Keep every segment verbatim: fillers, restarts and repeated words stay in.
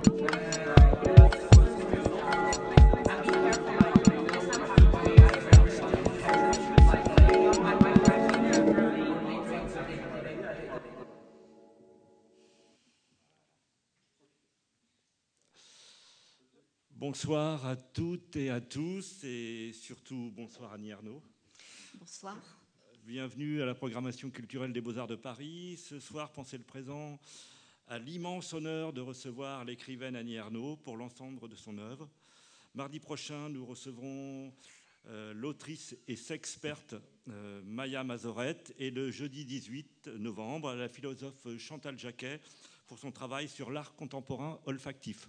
Bonsoir à toutes et à tous, et surtout bonsoir Annie Ernaux. Bonsoir. Bienvenue à la programmation culturelle des Beaux-Arts de Paris. Ce soir, pensez le présent à l'immense honneur de recevoir l'écrivaine Annie Ernaux pour l'ensemble de son œuvre. Mardi prochain, nous recevrons euh, l'autrice et sexperte euh, Maya Mazorette, et le jeudi dix-huit novembre, la philosophe Chantal Jacquet pour son travail sur l'art contemporain olfactif.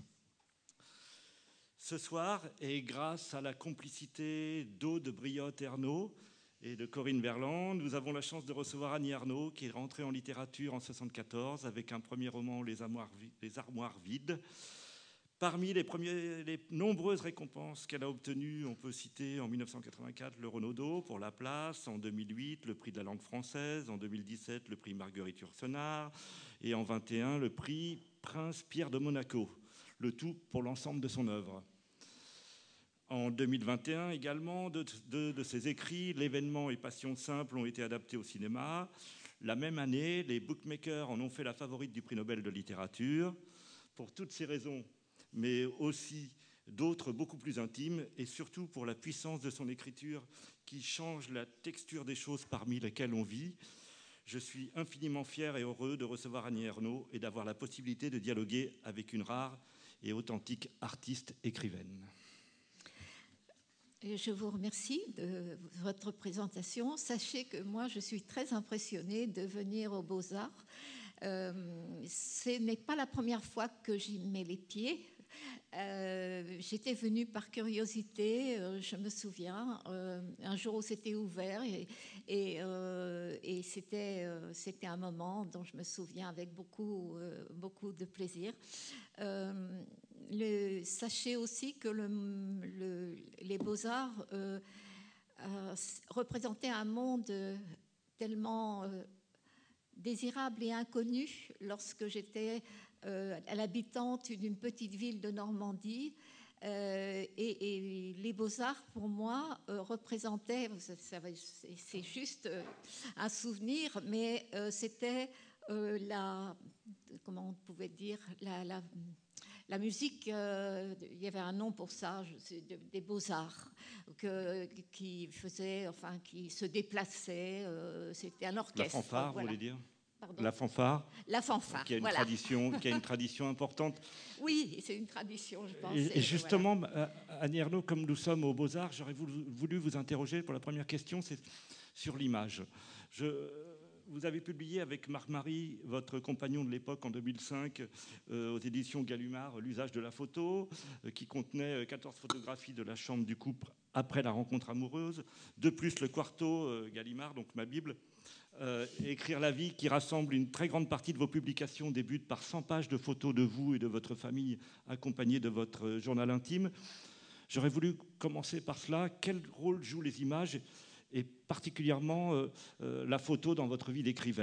Ce soir, et grâce à la complicité d'Aude Briotte-Ernaux et de Corinne Verland, nous avons la chance de recevoir Annie Ernaux, qui est rentrée en littérature en soixante-quatorze avec un premier roman, Les Armoires, Les Armoires vides. Parmi les, premiers, les nombreuses récompenses qu'elle a obtenues, on peut citer en mille neuf cent quatre-vingt-quatre le Renaudot pour La Place, en deux mille huit le prix de la langue française, en deux mille dix-sept le prix Marguerite Yourcenar et en vingt et un le prix Prince Pierre de Monaco, le tout pour l'ensemble de son œuvre. En deux mille vingt et un également, deux de, de ses écrits, L'événement et Passion simple, ont été adaptés au cinéma. La même année, les bookmakers en ont fait la favorite du prix Nobel de littérature. Pour toutes ces raisons, mais aussi d'autres beaucoup plus intimes, et surtout pour la puissance de son écriture qui change la texture des choses parmi lesquelles on vit, je suis infiniment fier et heureux de recevoir Annie Ernaux et d'avoir la possibilité de dialoguer avec une rare et authentique artiste écrivaine. Je vous remercie de votre présentation. Sachez que moi, je suis très impressionnée de venir aux Beaux-Arts. Euh, ce n'est pas la première fois que j'y mets les pieds. Euh, j'étais venue par curiosité, euh, je me souviens, euh, un jour où c'était ouvert et, et, euh, et c'était, euh, c'était un moment dont je me souviens avec beaucoup, euh, beaucoup de plaisir. Euh, le, sachez aussi que le, le, les Beaux-Arts euh, euh, représentaient un monde tellement euh, désirable et inconnu lorsque j'étais euh, l'habitante d'une petite ville de Normandie. Euh, et, et les Beaux-Arts, pour moi, euh, représentaient, ça, ça, c'est juste euh, un souvenir, mais euh, c'était euh, la, comment on pouvait dire, la, la, la musique, euh, il y avait un nom pour ça, je, de, des Beaux-Arts, que, qui faisait, enfin, qui se déplaçait, euh, c'était un orchestre. La fanfare, voilà. vous voulez dire ? Pardon. La fanfare, la fanfare, qui a une voilà. tradition, qui a une tradition importante. Oui, c'est une tradition, je pense. Et, et justement, voilà. Annie Ernaux, comme nous sommes aux Beaux-Arts, j'aurais voulu, voulu vous interroger pour la première question, c'est sur l'image. Je, vous avez publié avec Marc Marie, votre compagnon de l'époque en deux mille cinq, euh, aux éditions Gallimard, L'usage de la photo, euh, qui contenait quatorze photographies de la chambre du couple après la rencontre amoureuse. De plus, le quarto euh, Gallimard, donc ma Bible, Euh, Écrire la vie, qui rassemble une très grande partie de vos publications, débute par cent pages de photos de vous et de votre famille, accompagnées de votre journal intime. J'aurais voulu commencer par cela. Quel rôle jouent les images, et particulièrement euh, euh, la photo, dans votre vie d'écrivaine ?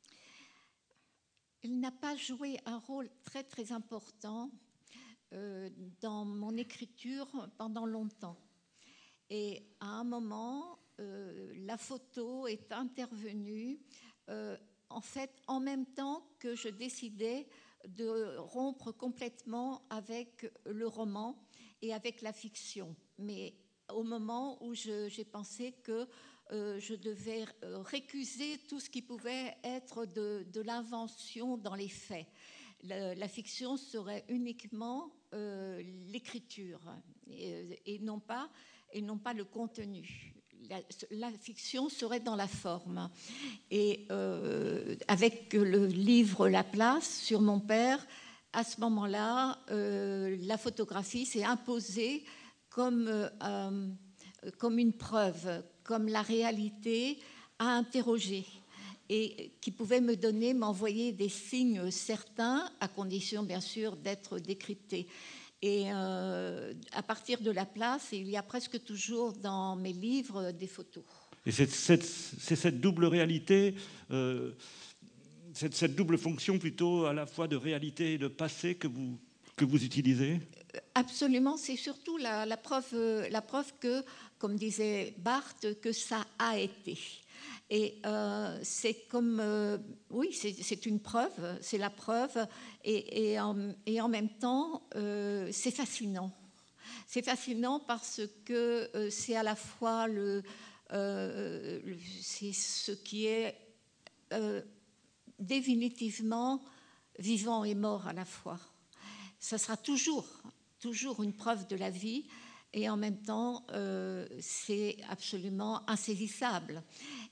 Il n'a pas joué un rôle très très important euh, dans mon écriture pendant longtemps. Et à un moment, euh, la photo est intervenue euh, en fait en même temps que je décidais de rompre complètement avec le roman et avec la fiction. Mais au moment où je, j'ai pensé que euh, je devais récuser tout ce qui pouvait être de, de l'invention dans les faits. La, la fiction serait uniquement euh, l'écriture et, et non pas et non pas le contenu. La, la fiction serait dans la forme. Et euh, avec le livre La Place sur mon père, à ce moment-là, euh, la photographie s'est imposée comme, euh, comme une preuve, comme la réalité à interroger, et qui pouvait me donner, m'envoyer des signes certains, à condition bien sûr d'être décryptés. Et euh, à partir de La Place, il y a presque toujours dans mes livres des photos. Et c'est cette, c'est cette double réalité, euh, cette, cette double fonction plutôt à la fois de réalité et de passé que vous que vous utilisez? Absolument, c'est surtout la, la, preuve, la preuve que, comme disait Barthes, que ça a été. Et euh, c'est comme, euh, oui, c'est une preuve, c'est la preuve, et, et, en, et en même temps, euh, c'est fascinant. C'est fascinant parce que euh, c'est à la fois le, euh, le, c'est ce qui est euh, définitivement vivant et mort à la fois. Ça sera toujours, toujours une preuve de la vie, et en même temps, euh, c'est absolument insaisissable.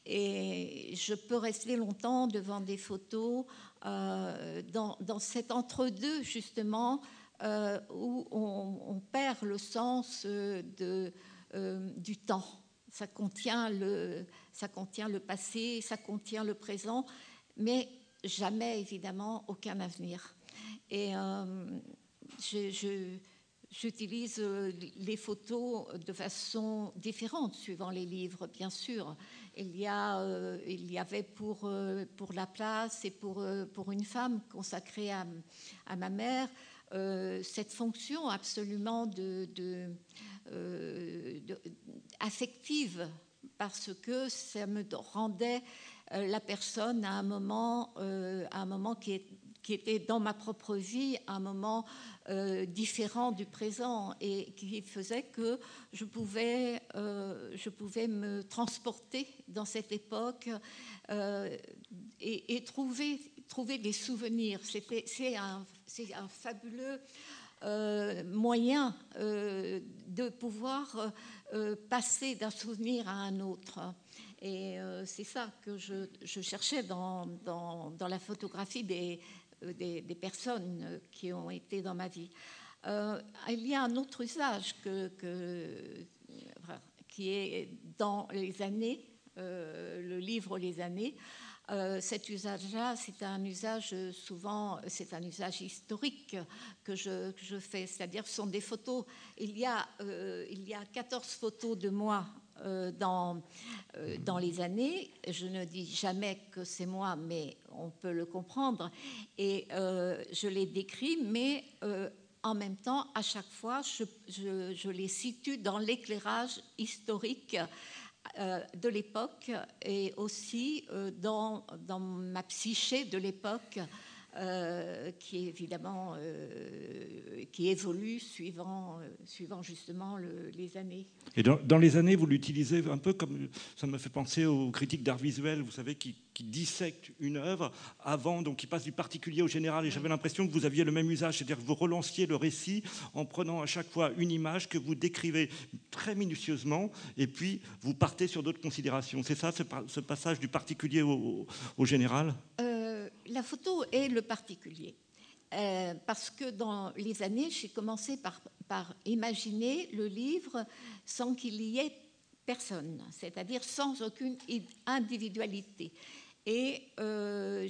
Et je peux rester longtemps devant des photos euh, dans, dans cet entre-deux, justement, euh, où on, on perd le sens de, euh, du temps. Ça contient, le, ça contient le passé, ça contient le présent, mais jamais, évidemment, aucun avenir. Et euh, je... je J'utilise les photos de façon différente suivant les livres, bien sûr. Il y, a, euh, il y avait pour, euh, pour La Place et pour, euh, pour une femme consacrée à, à ma mère euh, cette fonction absolument de, de, euh, de, affective, parce que ça me rendait euh, la personne à un moment, euh, à un moment qui, est, qui était dans ma propre vie, un moment Euh, différent du présent, et qui faisait que je pouvais, euh, je pouvais me transporter dans cette époque euh, et, et trouver, trouver des souvenirs. C'est un, un fabuleux euh, moyen euh, de pouvoir euh, passer d'un souvenir à un autre. Et euh, c'est ça que je, je cherchais dans, dans, dans la photographie des Des, des personnes qui ont été dans ma vie. Euh, il y a un autre usage que, que, qui est dans les années, euh, le livre Les années. Euh, cet usage-là, c'est un usage souvent, c'est un usage historique que je, que je fais, c'est-à-dire ce sont des photos. Il y a, euh, il y a quatorze photos de moi euh, dans, euh, dans les années. Je ne dis jamais que c'est moi, mais on peut le comprendre. Et euh, je les décris, mais euh, en même temps, à chaque fois, je, je, je les situe dans l'éclairage historique Euh, de l'époque, et aussi euh, dans, dans ma psyché de l'époque, euh, qui évidemment euh, qui évolue suivant, euh, suivant justement le, les années. Et dans, dans les années, vous l'utilisez un peu comme, ça me fait penser aux critiques d'art visuel, vous savez, qui, qui dissectent une œuvre avant, donc qui passent du particulier au général. Et j'avais l'impression que vous aviez le même usage, c'est-à-dire que vous relanciez le récit en prenant à chaque fois une image que vous décrivez très minutieusement, et puis vous partez sur d'autres considérations. C'est ça, ce, ce passage du particulier au, au général? euh, La photo est le particulier. Euh, parce que dans les années, j'ai commencé par, par imaginer le livre sans qu'il y ait personne, c'est-à-dire sans aucune individualité. Et euh,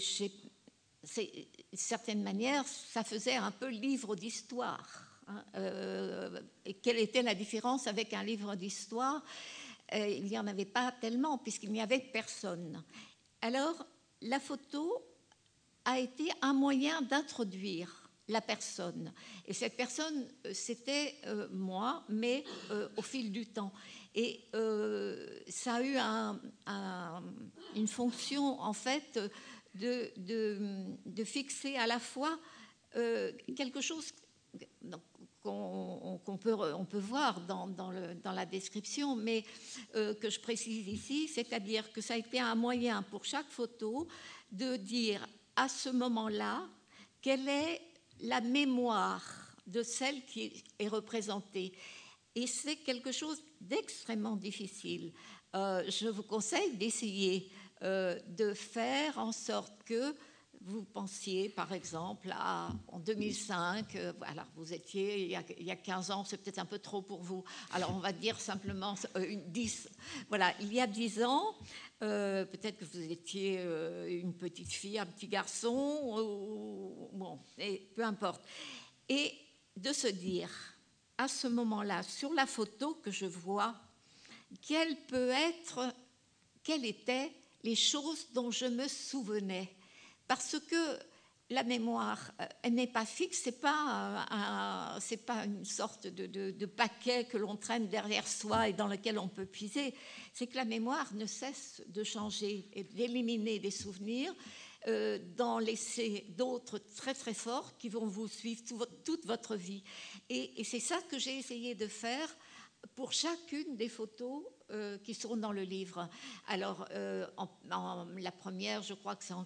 d'une certaine manière, ça faisait un peu livre d'histoire. Hein. Euh, et quelle était la différence avec un livre d'histoire? euh, Il n'y en avait pas tellement, puisqu'il n'y avait personne. Alors, la photo a été un moyen d'introduire la personne. Et cette personne, c'était euh, moi, mais euh, au fil du temps. Et euh, ça a eu un, un, une fonction, en fait, de, de, de fixer à la fois euh, quelque chose qu'on qu'on peut, on peut voir dans, dans, le, dans la description, mais euh, que je précise ici, c'est-à-dire que ça a été un moyen pour chaque photo de dire à ce moment-là, quelle est la mémoire de celle qui est représentée. Et c'est quelque chose d'extrêmement difficile. Euh, je vous conseille d'essayer euh, de faire en sorte que vous pensiez, par exemple, à, en deux mille cinq, euh, voilà, vous étiez, il y, a, il y a quinze ans, c'est peut-être un peu trop pour vous. Alors, on va dire simplement euh, dix. Voilà, il y a dix ans, euh, peut-être que vous étiez euh, une petite fille, un petit garçon, ou, bon, et peu importe. Et de se dire, à ce moment-là, sur la photo que je vois, quelles peut être, quelles étaient les choses dont je me souvenais. Parce que la mémoire, elle n'est pas fixe, c'est pas, un, c'est pas une sorte de, de, de paquet que l'on traîne derrière soi et dans lequel on peut puiser. C'est que la mémoire ne cesse de changer et d'éliminer des souvenirs, euh, d'en laisser d'autres très très forts qui vont vous suivre tout votre, toute votre vie. Et, et c'est ça que j'ai essayé de faire pour chacune des photos euh, qui sont dans le livre. Alors, euh, en, en, la première, je crois que c'est en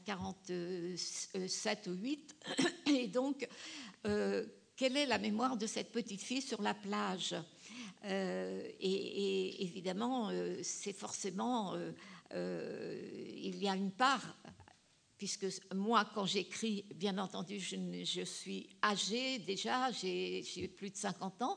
quarante-sept ou huit. Et donc, euh, quelle est la mémoire de cette petite fille sur la plage ? euh, et, et évidemment, euh, c'est forcément... Euh, euh, il y a une part... puisque moi, quand j'écris, bien entendu, je, je suis âgée déjà, j'ai, j'ai plus de cinquante ans,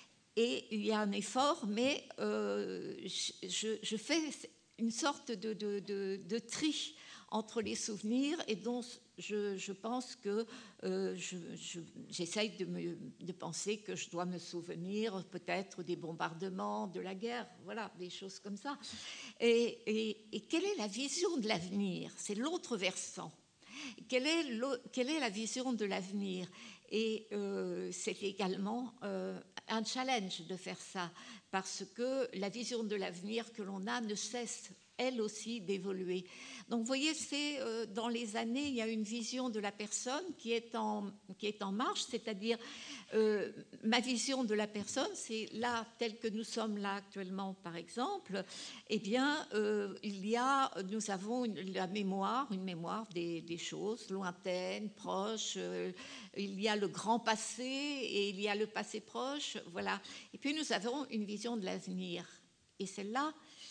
et il y a un effort, mais euh, je, je fais une sorte de, de, de, de tri entre les souvenirs, et dont je, je pense que euh, je, je, j'essaye de, me, de penser que je dois me souvenir peut-être des bombardements, de la guerre, voilà, des choses comme ça. Et, et, et quelle est la vision de l'avenir ? C'est l'autre versant. Quelle est, quelle est la vision de l'avenir ? Et euh, c'est également euh, un challenge de faire ça, parce que la vision de l'avenir que l'on a ne cesse, elle aussi, d'évoluer. Donc, vous voyez, c'est euh, dans les années, il y a une vision de la personne qui est en, qui est en marche, c'est-à-dire euh, ma vision de la personne, c'est là, tel que nous sommes là actuellement, par exemple, eh bien, euh, il y a, nous avons une, la mémoire, une mémoire des, des choses lointaines, proches, euh, il y a le grand passé et il y a le passé proche, voilà. Et puis, nous avons une vision de l'avenir. Et celle-là,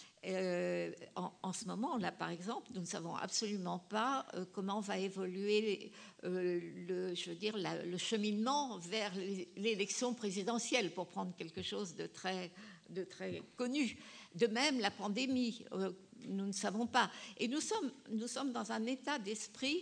Euh, en, en ce moment, là, par exemple, nous ne savons absolument pas euh, comment va évoluer euh, le, je veux dire, la, le cheminement vers l'élection présidentielle, pour prendre quelque chose de très, de très connu. De même, la pandémie, euh, nous ne savons pas. Et nous sommes, nous sommes dans un état d'esprit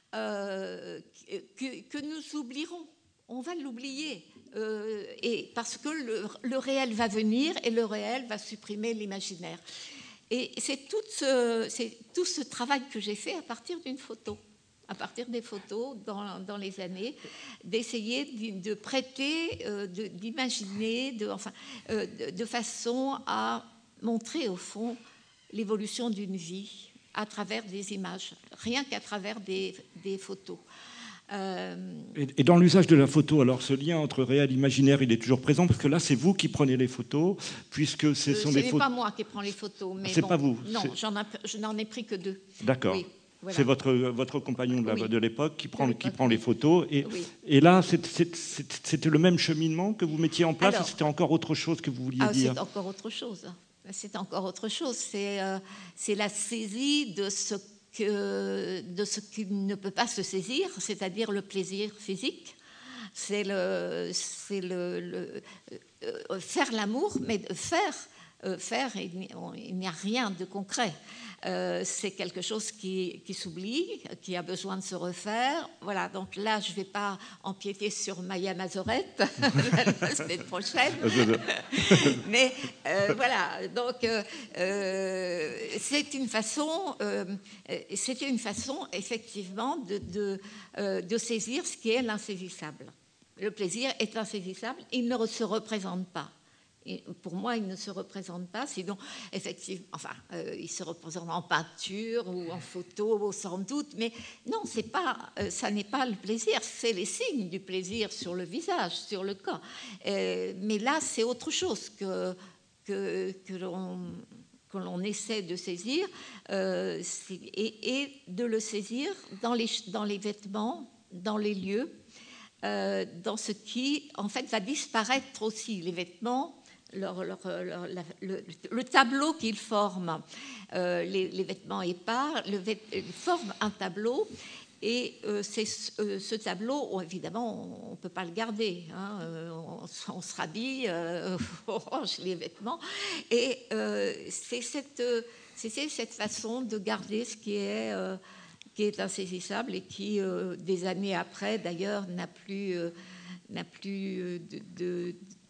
euh, que, que nous oublierons. On va l'oublier. Euh, et parce que le, le réel va venir et le réel va supprimer l'imaginaire. Et c'est tout, ce, c'est tout ce travail que j'ai fait à partir d'une photo, à partir des photos dans, dans les années, d'essayer de, de prêter, euh, de, d'imaginer, de, enfin, euh, de, de façon à montrer au fond l'évolution d'une vie à travers des images, rien qu'à travers des, des photos. Euh... Et, et dans l'usage de la photo, alors ce lien entre réel et imaginaire, il est toujours présent, parce que là, c'est vous qui prenez les photos, puisque ce sont euh, des photos... Ce n'est pas moi qui prends les photos, mais c'est bon, pas vous. Non, j'en a, je n'en ai pris que deux. D'accord. Oui, voilà. C'est votre, votre compagnon de, la, oui. de l'époque qui prend, qui prend les photos. Et, oui. et là, c'est, c'est, c'est, c'était le même cheminement que vous mettiez en place, alors, ou c'était encore autre chose que vous vouliez ah, dire ? C'est encore autre chose. C'est encore autre chose. C'est, euh, c'est la saisie de ce Que de ce qui ne peut pas se saisir, c'est-à-dire le plaisir physique. C'est, le, c'est le, le, euh, faire l'amour, mais faire, euh, faire il n'y a rien de concret. Euh, c'est quelque chose qui, qui s'oublie, qui a besoin de se refaire. Voilà, donc là, je ne vais pas empiéter sur Maya Mazorette la semaine prochaine. Mais euh, voilà, donc euh, c'est une façon, euh, c'est une façon effectivement de, de, euh, de saisir ce qui est l'insaisissable. Le plaisir est insaisissable, il ne se représente pas. Et pour moi, il ne se représente pas, sinon, effectivement, enfin, euh, il se représente en peinture ou en photo, sans doute, mais non, c'est pas, euh, ça n'est pas le plaisir, c'est les signes du plaisir sur le visage, sur le corps. Euh, mais là, c'est autre chose que, que, que, l'on, que l'on essaie de saisir, euh, et, et de le saisir dans les, dans les vêtements, dans les lieux, euh, dans ce qui, en fait, va disparaître aussi, les vêtements. Leur, leur, leur, la, le, le tableau qu'ils forment, euh, les, les vêtements épars, le vêt, forment un tableau, et euh, c'est, euh, ce tableau, oh, évidemment, on ne peut pas le garder, hein, euh, on, on se rhabille, euh, on range les vêtements, et euh, c'est, cette, c'est cette façon de garder ce qui est, euh, qui est insaisissable et qui, euh, des années après, d'ailleurs, n'a plus, euh, n'a plus de, de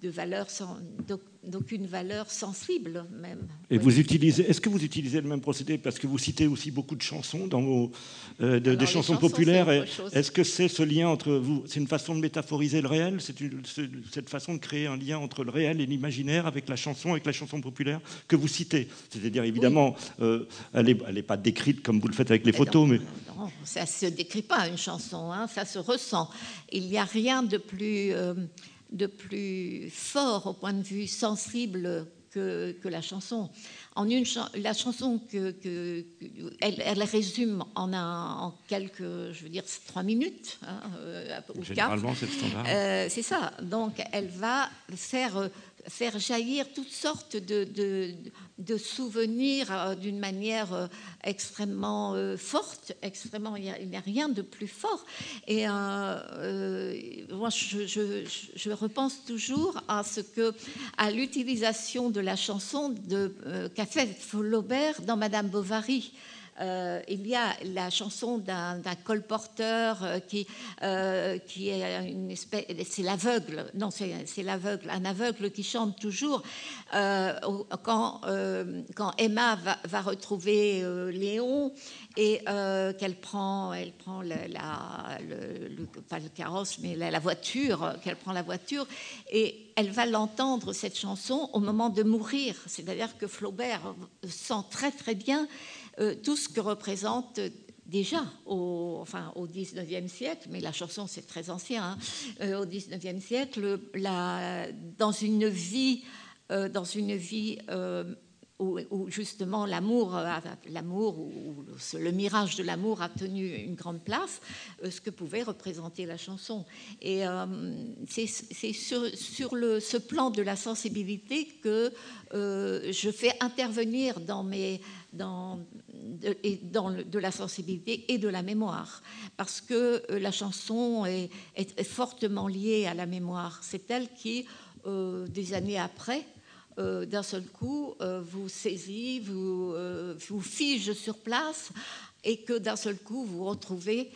de valeur, d'aucune valeur sensible même. Et oui. vous utilisez, est-ce que vous utilisez le même procédé? Parce que vous citez aussi beaucoup de chansons dans vos, euh, de, Alors, des chansons, chansons populaires. Est-ce que c'est ce lien entre vous? C'est une façon de métaphoriser le réel? C'est cette façon de créer un lien entre le réel et l'imaginaire avec la chanson, avec la chanson populaire que vous citez? C'est-à-dire, évidemment, oui. euh, elle n'est pas décrite comme vous le faites avec les mais photos. Non, mais... non, ça ne se décrit pas, une chanson, hein, ça se ressent. Il n'y a rien de plus... Euh, de plus fort au point de vue sensible que, que la chanson. En une cha la chanson, que, que, que elle, elle résume en, un, en quelques, je veux dire, trois minutes. Hein, euh, ou Généralement, c'est le standard. Euh, c'est ça. Donc, elle va faire, faire jaillir toutes sortes de, de, de souvenirs euh, d'une manière euh, extrêmement euh, forte. Extrêmement, il n'y a, a rien de plus fort. Et euh, euh, moi, je, je, je repense toujours à ce que, à l'utilisation de la chanson de euh, qu'a fait Flaubert dans Madame Bovary. Euh, il y a la chanson d'un colporteur euh, qui, euh, qui est une espèce, c'est l'aveugle, non, c'est l'aveugle, un aveugle qui chante toujours euh, quand, euh, quand Emma va, va retrouver euh, Léon et euh, qu'elle prend, elle prend la, la, le, le, pas le carrosse, mais la, la voiture, qu'elle prend la voiture et elle va l'entendre, cette chanson, au moment de mourir. C'est-à-dire que Flaubert sent très très bien Euh, tout ce que représente déjà au, enfin, au dix-neuvième siècle, mais la chanson c'est très ancien, hein, euh, au dix-neuvième siècle, la, dans une vie, euh, dans une vie euh, où, où justement l'amour, l'amour ou le mirage de l'amour a tenu une grande place, euh, ce que pouvait représenter la chanson. Et euh, c'est sur, sur le, ce plan de la sensibilité que euh, je fais intervenir dans mes dans De, et dans le, de la sensibilité et de la mémoire, parce que euh, la chanson est, est, est fortement liée à la mémoire. C'est elle qui, euh, des années après, euh, d'un seul coup, euh, vous saisit, vous, euh, vous fige sur place, et que d'un seul coup, vous retrouvez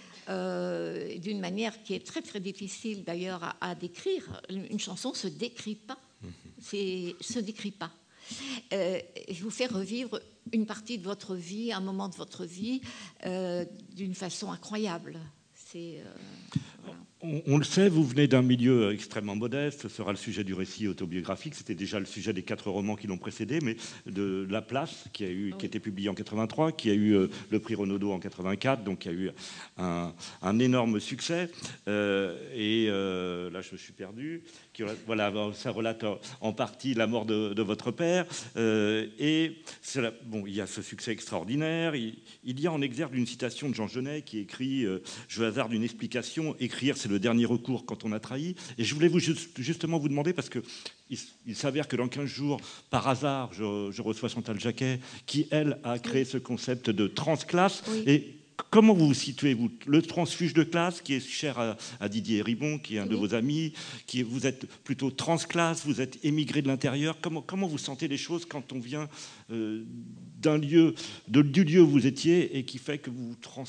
euh, d'une manière qui est très très difficile d'ailleurs à, à décrire. Une chanson ne se décrit pas, c'est, se décrit pas. Euh, vous fait revivre une partie de votre vie, un moment de votre vie, euh, d'une façon incroyable. C'est, euh, voilà. on, on le sait, vous venez d'un milieu extrêmement modeste, ce sera le sujet du récit autobiographique, c'était déjà le sujet des quatre romans qui l'ont précédé, mais de La Place, qui a, eu, oui. qui a été publié en quatre-vingt-trois, qui a eu euh, le prix Renaudot en quatre-vingt-quatre, donc qui a eu un, un énorme succès. Euh, et euh, là, je me suis perdu. Qui, voilà, ça relate en partie la mort de, de votre père. Euh, et la, bon, il y a ce succès extraordinaire. Il, il y a en exergue une citation de Jean Genet qui écrit euh, « Je hasarde une explication, écrire c'est le dernier recours quand on a trahi ». Et je voulais vous juste, justement vous demander, parce que il, il s'avère que dans quinze jours, par hasard, je, je reçois Chantal Jacquet, qui, elle, a créé oui. ce concept de transclasse. Oui. Et comment vous vous situez, vous? Le transfuge de classe, qui est cher à, à Didier Ribon, qui est un oui. de vos amis, qui, vous êtes plutôt transclasse, vous êtes émigré de l'intérieur. Comment, comment vous sentez les choses quand on vient euh, d'un lieu, de, du lieu où vous étiez et qui fait que vous, trans,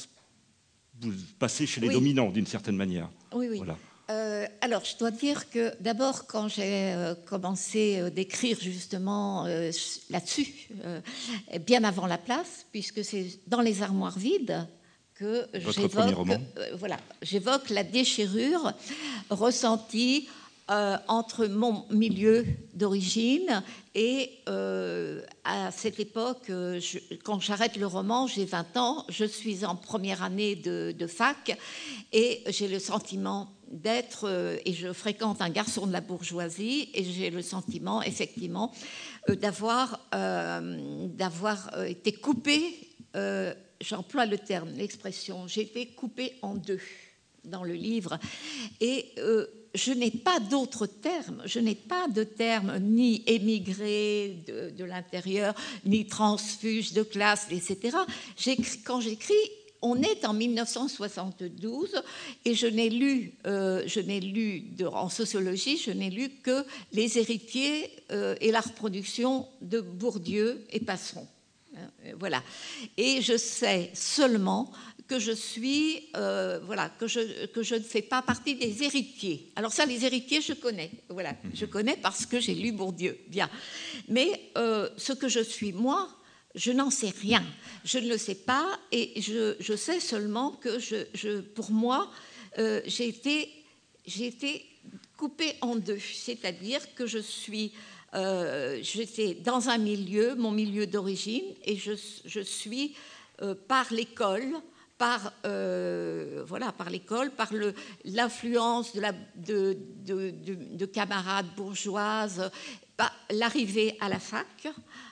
vous passez chez les oui. dominants, d'une certaine manière? Oui, oui. Voilà. Euh, alors, je dois dire que d'abord, quand j'ai euh, commencé euh, d'écrire justement euh, là-dessus, euh, bien avant La Place, puisque c'est dans les armoires vides que j'évoque euh, voilà, j'évoque la déchirure ressentie euh, entre mon milieu d'origine et euh, à cette époque, euh, je, quand j'arrête le roman, j'ai vingt ans, je suis en première année de, de fac et j'ai le sentiment d'être, euh, et je fréquente un garçon de la bourgeoisie et j'ai le sentiment effectivement euh, d'avoir euh, d'avoir euh, été coupée, euh, j'emploie le terme, l'expression, j'ai été coupée en deux dans le livre et euh, je n'ai pas d'autres termes, je n'ai pas de terme ni émigré de, de l'intérieur, ni transfuge de classe, et cetera. Quand j'écris, on est en mille neuf cent soixante-douze et je n'ai lu, euh, je n'ai lu de, en sociologie, je n'ai lu que Les héritiers euh, et la reproduction de Bourdieu et Passeron. Voilà. Et je sais seulement que je suis, euh, voilà, que je, que je ne fais pas partie des héritiers. Alors ça, les héritiers, je connais, voilà, je connais parce que j'ai lu Bourdieu, bien. Mais euh, ce que je suis, moi, je n'en sais rien. Je ne le sais pas et je, je sais seulement que, je, je, pour moi, euh, j'ai été, j'ai été coupée en deux. C'est-à-dire que je suis... Euh, j'étais dans un milieu, mon milieu d'origine, et je, je suis, euh, par l'école... par, euh, voilà, par l'école, par le, l'influence de, la, de, de, de, de camarades bourgeoises, bah, l'arrivée à la fac,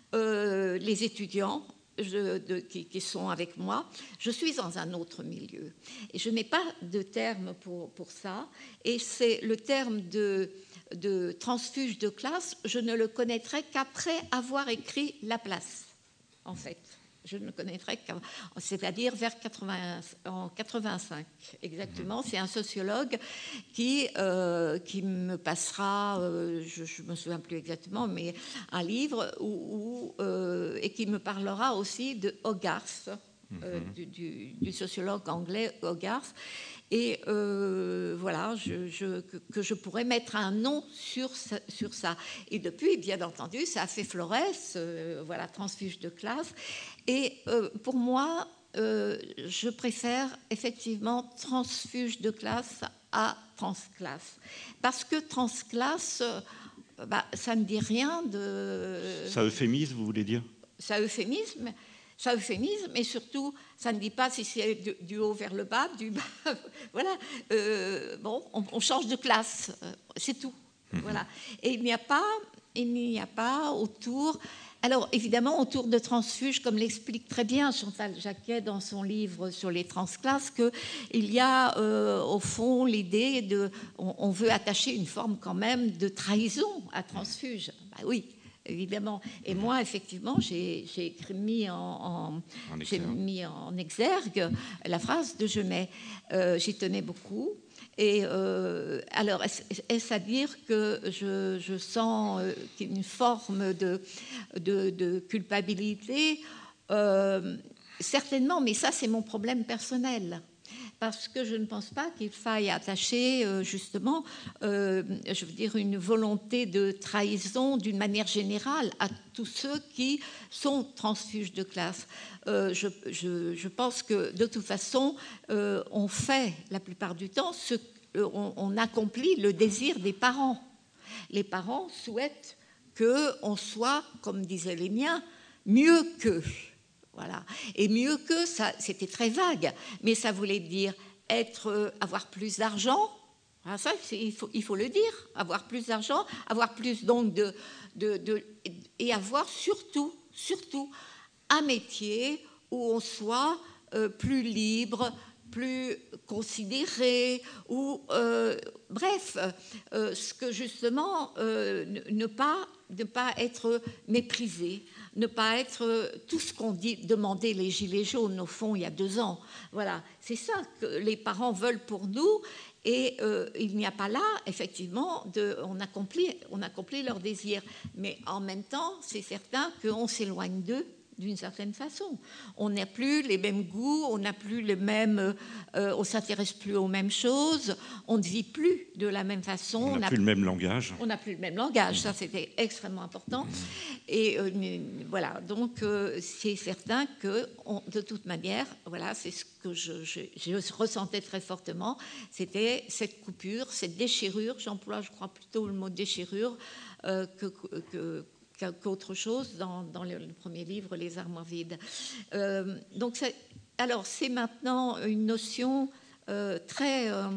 euh, les étudiants je, de, qui, qui sont avec moi. Je suis dans un autre milieu. Et je n'ai pas de terme pour, pour ça. Et c'est le terme de, de transfuge de classe, je ne le connaîtrai qu'après avoir écrit La Place, en fait. Je ne connaîtrai qu'à, c'est-à-dire vers quatre-vingts, en quatre-vingt-cinq exactement. C'est un sociologue qui, euh, qui me passera, euh, je ne me souviens plus exactement, mais un livre où, où, euh, et qui me parlera aussi de Hogarth, euh, mm-hmm. du, du, du sociologue anglais Hogarth. Et euh, voilà, je, je, que, que je pourrais mettre un nom sur ça, sur ça. Et depuis, bien entendu, ça a fait Florès, euh, voilà, transfuge de classe. Et euh, pour moi, euh, je préfère effectivement transfuge de classe à transclasse. Parce que transclasse, euh, bah, ça ne dit rien de... Ça euphémise, vous voulez dire? Ça euphémisme. Ça euphémisme, et surtout, ça ne dit pas si c'est du, du haut vers le bas, du bas. Voilà. Euh, bon, on, on change de classe, euh, c'est tout. Mmh. Voilà. Et il n'y a pas, il n'y a pas autour. Alors, évidemment, autour de transfuge, comme l'explique très bien Chantal Jacquet dans son livre sur les transclasses, qu'il y a euh, au fond l'idée de, on, on veut attacher une forme quand même de trahison à transfuge. Ben oui. Évidemment. Et moi, effectivement, j'ai, j'ai mis, en, en, en j'ai mis en exergue la phrase de Genet. Euh, j'y tenais beaucoup. Et euh, alors, est-ce, est-ce à dire que je, je sens une forme de, de, de culpabilité? euh, Certainement, mais ça, c'est mon problème personnel. Parce que je ne pense pas qu'il faille attacher euh, justement, euh, je veux dire, une volonté de trahison d'une manière générale à tous ceux qui sont transfuges de classe. Euh, je, je, je pense que de toute façon, euh, on fait la plupart du temps, ce, euh, on, on accomplit le désir des parents. Les parents souhaitent qu'on soit, comme disaient les miens, mieux qu'eux. Voilà. Et mieux que ça, c'était très vague, mais ça voulait dire être, avoir plus d'argent. Voilà, ça, il faut, il faut le dire. Avoir plus d'argent, avoir plus donc de, de, de, et avoir surtout, surtout un métier où on soit euh, plus libre, plus considéré, ou euh, bref, euh, ce que justement euh, ne pas, ne pas être méprisé. Ne pas être tout ce qu'ont dit, demandé les Gilets jaunes, au fond, il y a deux ans. Voilà, c'est ça que les parents veulent pour nous. Et euh, il n'y a pas là, effectivement, de, on, accomplit, on accomplit leur désir. Mais en même temps, c'est certain qu'on s'éloigne d'eux d'une certaine façon. On n'a plus les mêmes goûts, on n'a plus les mêmes, euh, on s'intéresse plus aux mêmes choses, on ne vit plus de la même façon. On n'a plus le même langage. On n'a plus le même langage, ça c'était extrêmement important. Et euh, voilà, donc euh, c'est certain que, on, de toute manière, voilà, c'est ce que je, je, je ressentais très fortement, c'était cette coupure, cette déchirure. J'emploie, je crois, plutôt le mot déchirure euh, que, que qu'autre chose dans, dans le, le premier livre, Les armoires vides. Euh, donc, c'est, alors, c'est maintenant une notion euh, très, euh,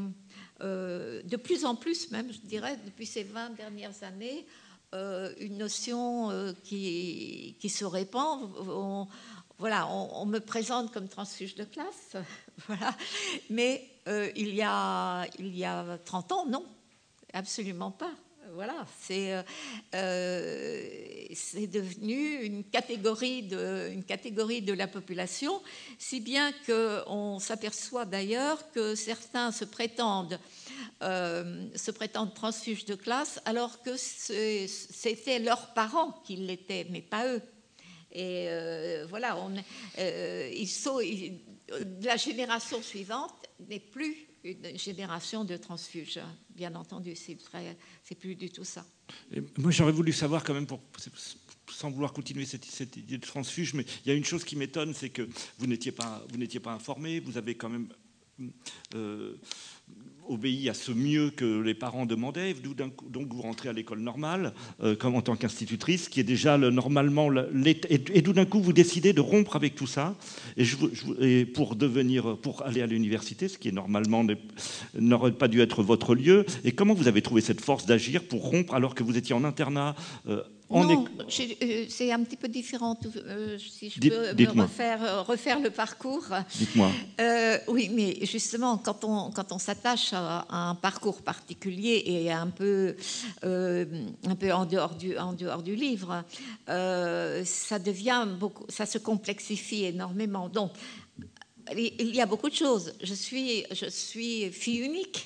euh, de plus en plus même, je dirais, depuis ces vingt dernières années, euh, une notion euh, qui, qui se répand. On, voilà, on, on me présente comme transfuge de classe, voilà. Mais euh, il y a, il y a trente ans, non, absolument pas. Voilà, c'est, euh, c'est devenu une catégorie, de, une catégorie de la population, si bien qu'on s'aperçoit d'ailleurs que certains se prétendent, euh, se prétendent transfuges de classe, alors que c'est, c'était leurs parents qui l'étaient, mais pas eux. Et euh, voilà, on, euh, ils sont... Ils, la génération suivante n'est plus une génération de transfuges, bien entendu, c'est très, c'est plus du tout ça. Et moi, j'aurais voulu savoir quand même, pour, sans vouloir continuer cette, cette idée de transfuge, mais il y a une chose qui m'étonne, c'est que vous n'étiez pas, vous n'étiez pas informé, vous avez quand même euh, obéi à ce mieux que les parents demandaient, donc vous rentrez à l'école normale, euh, comme en tant qu'institutrice, qui est déjà le, normalement... Et, et tout d'un coup, vous décidez de rompre avec tout ça, et, je, je, et pour, devenir, pour aller à l'université, ce qui est normalement n'aurait pas dû être votre lieu. Et comment vous avez trouvé cette force d'agir pour rompre alors que vous étiez en internat euh, en Non, euh, c'est un petit peu différent, euh, si je Dites, peux me refaire, euh, refaire le parcours. Dites-moi. Euh, oui, mais justement, quand on, quand on s'attache à, à un parcours particulier et un peu, euh, un peu en, dehors du, en dehors du livre, euh, ça devient beaucoup, ça se complexifie énormément. Donc, il y a beaucoup de choses. Je suis, je suis fille unique.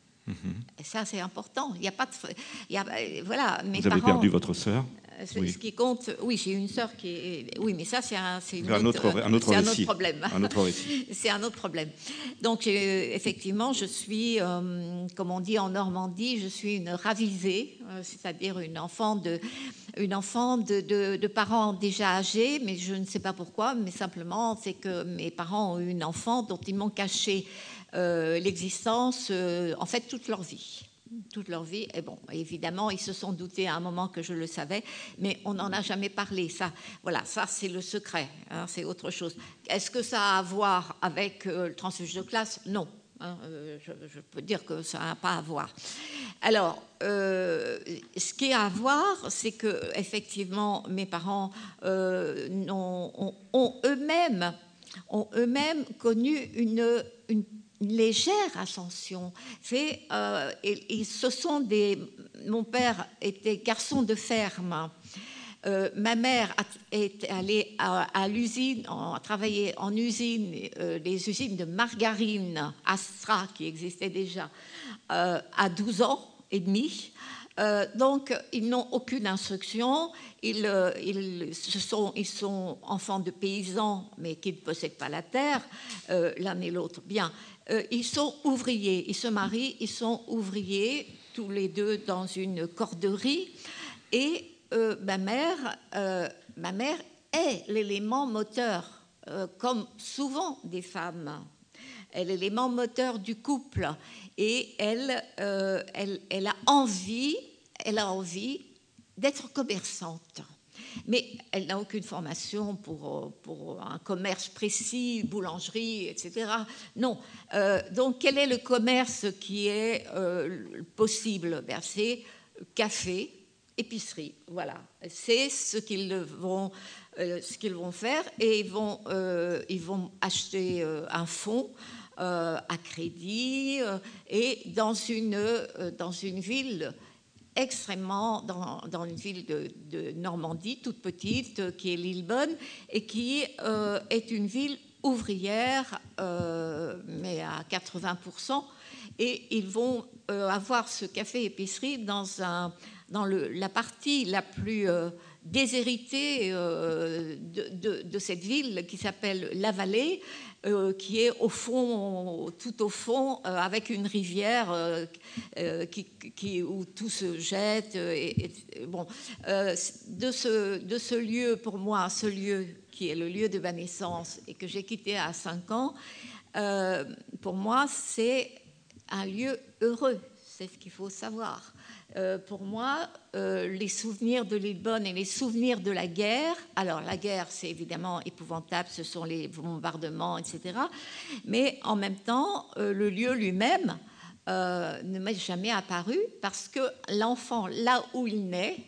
Et ça, c'est important. Il n'y a pas de, il y a, voilà, mes Vous avez parents, perdu votre sœur. Oui. Ce qui compte, oui, j'ai une sœur qui est, oui, mais ça, c'est un, c'est un, autre, autre, un, autre, un autre problème. Un autre récit. C'est un autre problème. Donc, euh, effectivement, je suis, euh, comme on dit en Normandie, je suis une ravisée, euh, c'est-à-dire une enfant de, une enfant de, de, de parents déjà âgés, mais je ne sais pas pourquoi, mais simplement, c'est que mes parents ont eu une enfant dont ils m'ont caché euh, l'existence, euh, en fait, toute leur vie. toute leur vie. Et bon, évidemment, ils se sont doutés à un moment que je le savais, mais on n'en a jamais parlé. Ça, voilà, ça, c'est le secret. Hein, c'est autre chose. Est-ce que ça a à voir avec euh, le transfuge de classe? Non. Hein, euh, je, je peux dire que ça n'a pas à voir. Alors, euh, ce qui a à voir, c'est que effectivement, mes parents euh, ont, ont, ont eux-mêmes ont eux-mêmes connu une, une une légère ascension. C'est, euh, et, et ce sont des... Mon père était garçon de ferme. Euh, ma mère est allée à, à l'usine, a travaillé en usine, euh, les usines de margarine Astra qui existaient déjà, euh, à douze ans et demi. Euh, donc, ils n'ont aucune instruction. Ils, euh, ils, ce sont, ils sont enfants de paysans, mais qui ne possèdent pas la terre, euh, l'un et l'autre. Bien. Euh, ils sont ouvriers, ils se marient, ils sont ouvriers, tous les deux dans une corderie. Et euh, ma, mère, euh, ma mère est l'élément moteur, euh, comme souvent des femmes. Elle est l'élément moteur du couple. Et elle, euh, elle, elle a envie, elle a envie d'être commerçante. Mais elle n'a aucune formation pour, pour un commerce précis, boulangerie, et cetera. Non. Euh, donc, quel est le commerce qui est euh, possible? Ben, c'est café, épicerie. Voilà. C'est ce qu'ils vont, euh, ce qu'ils vont faire. Et ils vont, euh, ils vont acheter euh, un fonds euh, à crédit euh, et dans une, euh, dans une ville extrêmement dans, dans une ville de, de Normandie, toute petite, qui est Lillebonne, et qui euh, est une ville ouvrière, euh, mais à quatre-vingts pour cent. Et ils vont euh, avoir ce café-épicerie dans, un, dans le, la partie la plus euh, déshéritée euh, de, de, de cette ville, qui s'appelle La Vallée, Euh, qui est au fond, tout au fond, euh, avec une rivière euh, euh, qui, qui, où tout se jette. Et, et, bon, euh, de, ce, de ce lieu, pour moi, ce lieu qui est le lieu de ma naissance et que j'ai quitté à cinq ans, euh, pour moi, c'est un lieu heureux. C'est ce qu'il faut savoir. Euh, pour moi, euh, les souvenirs de Lillebonne et les souvenirs de la guerre, alors la guerre, c'est évidemment épouvantable, ce sont les bombardements, et cetera. Mais en même temps, euh, le lieu lui-même euh, ne m'est jamais apparu parce que l'enfant, là où il naît,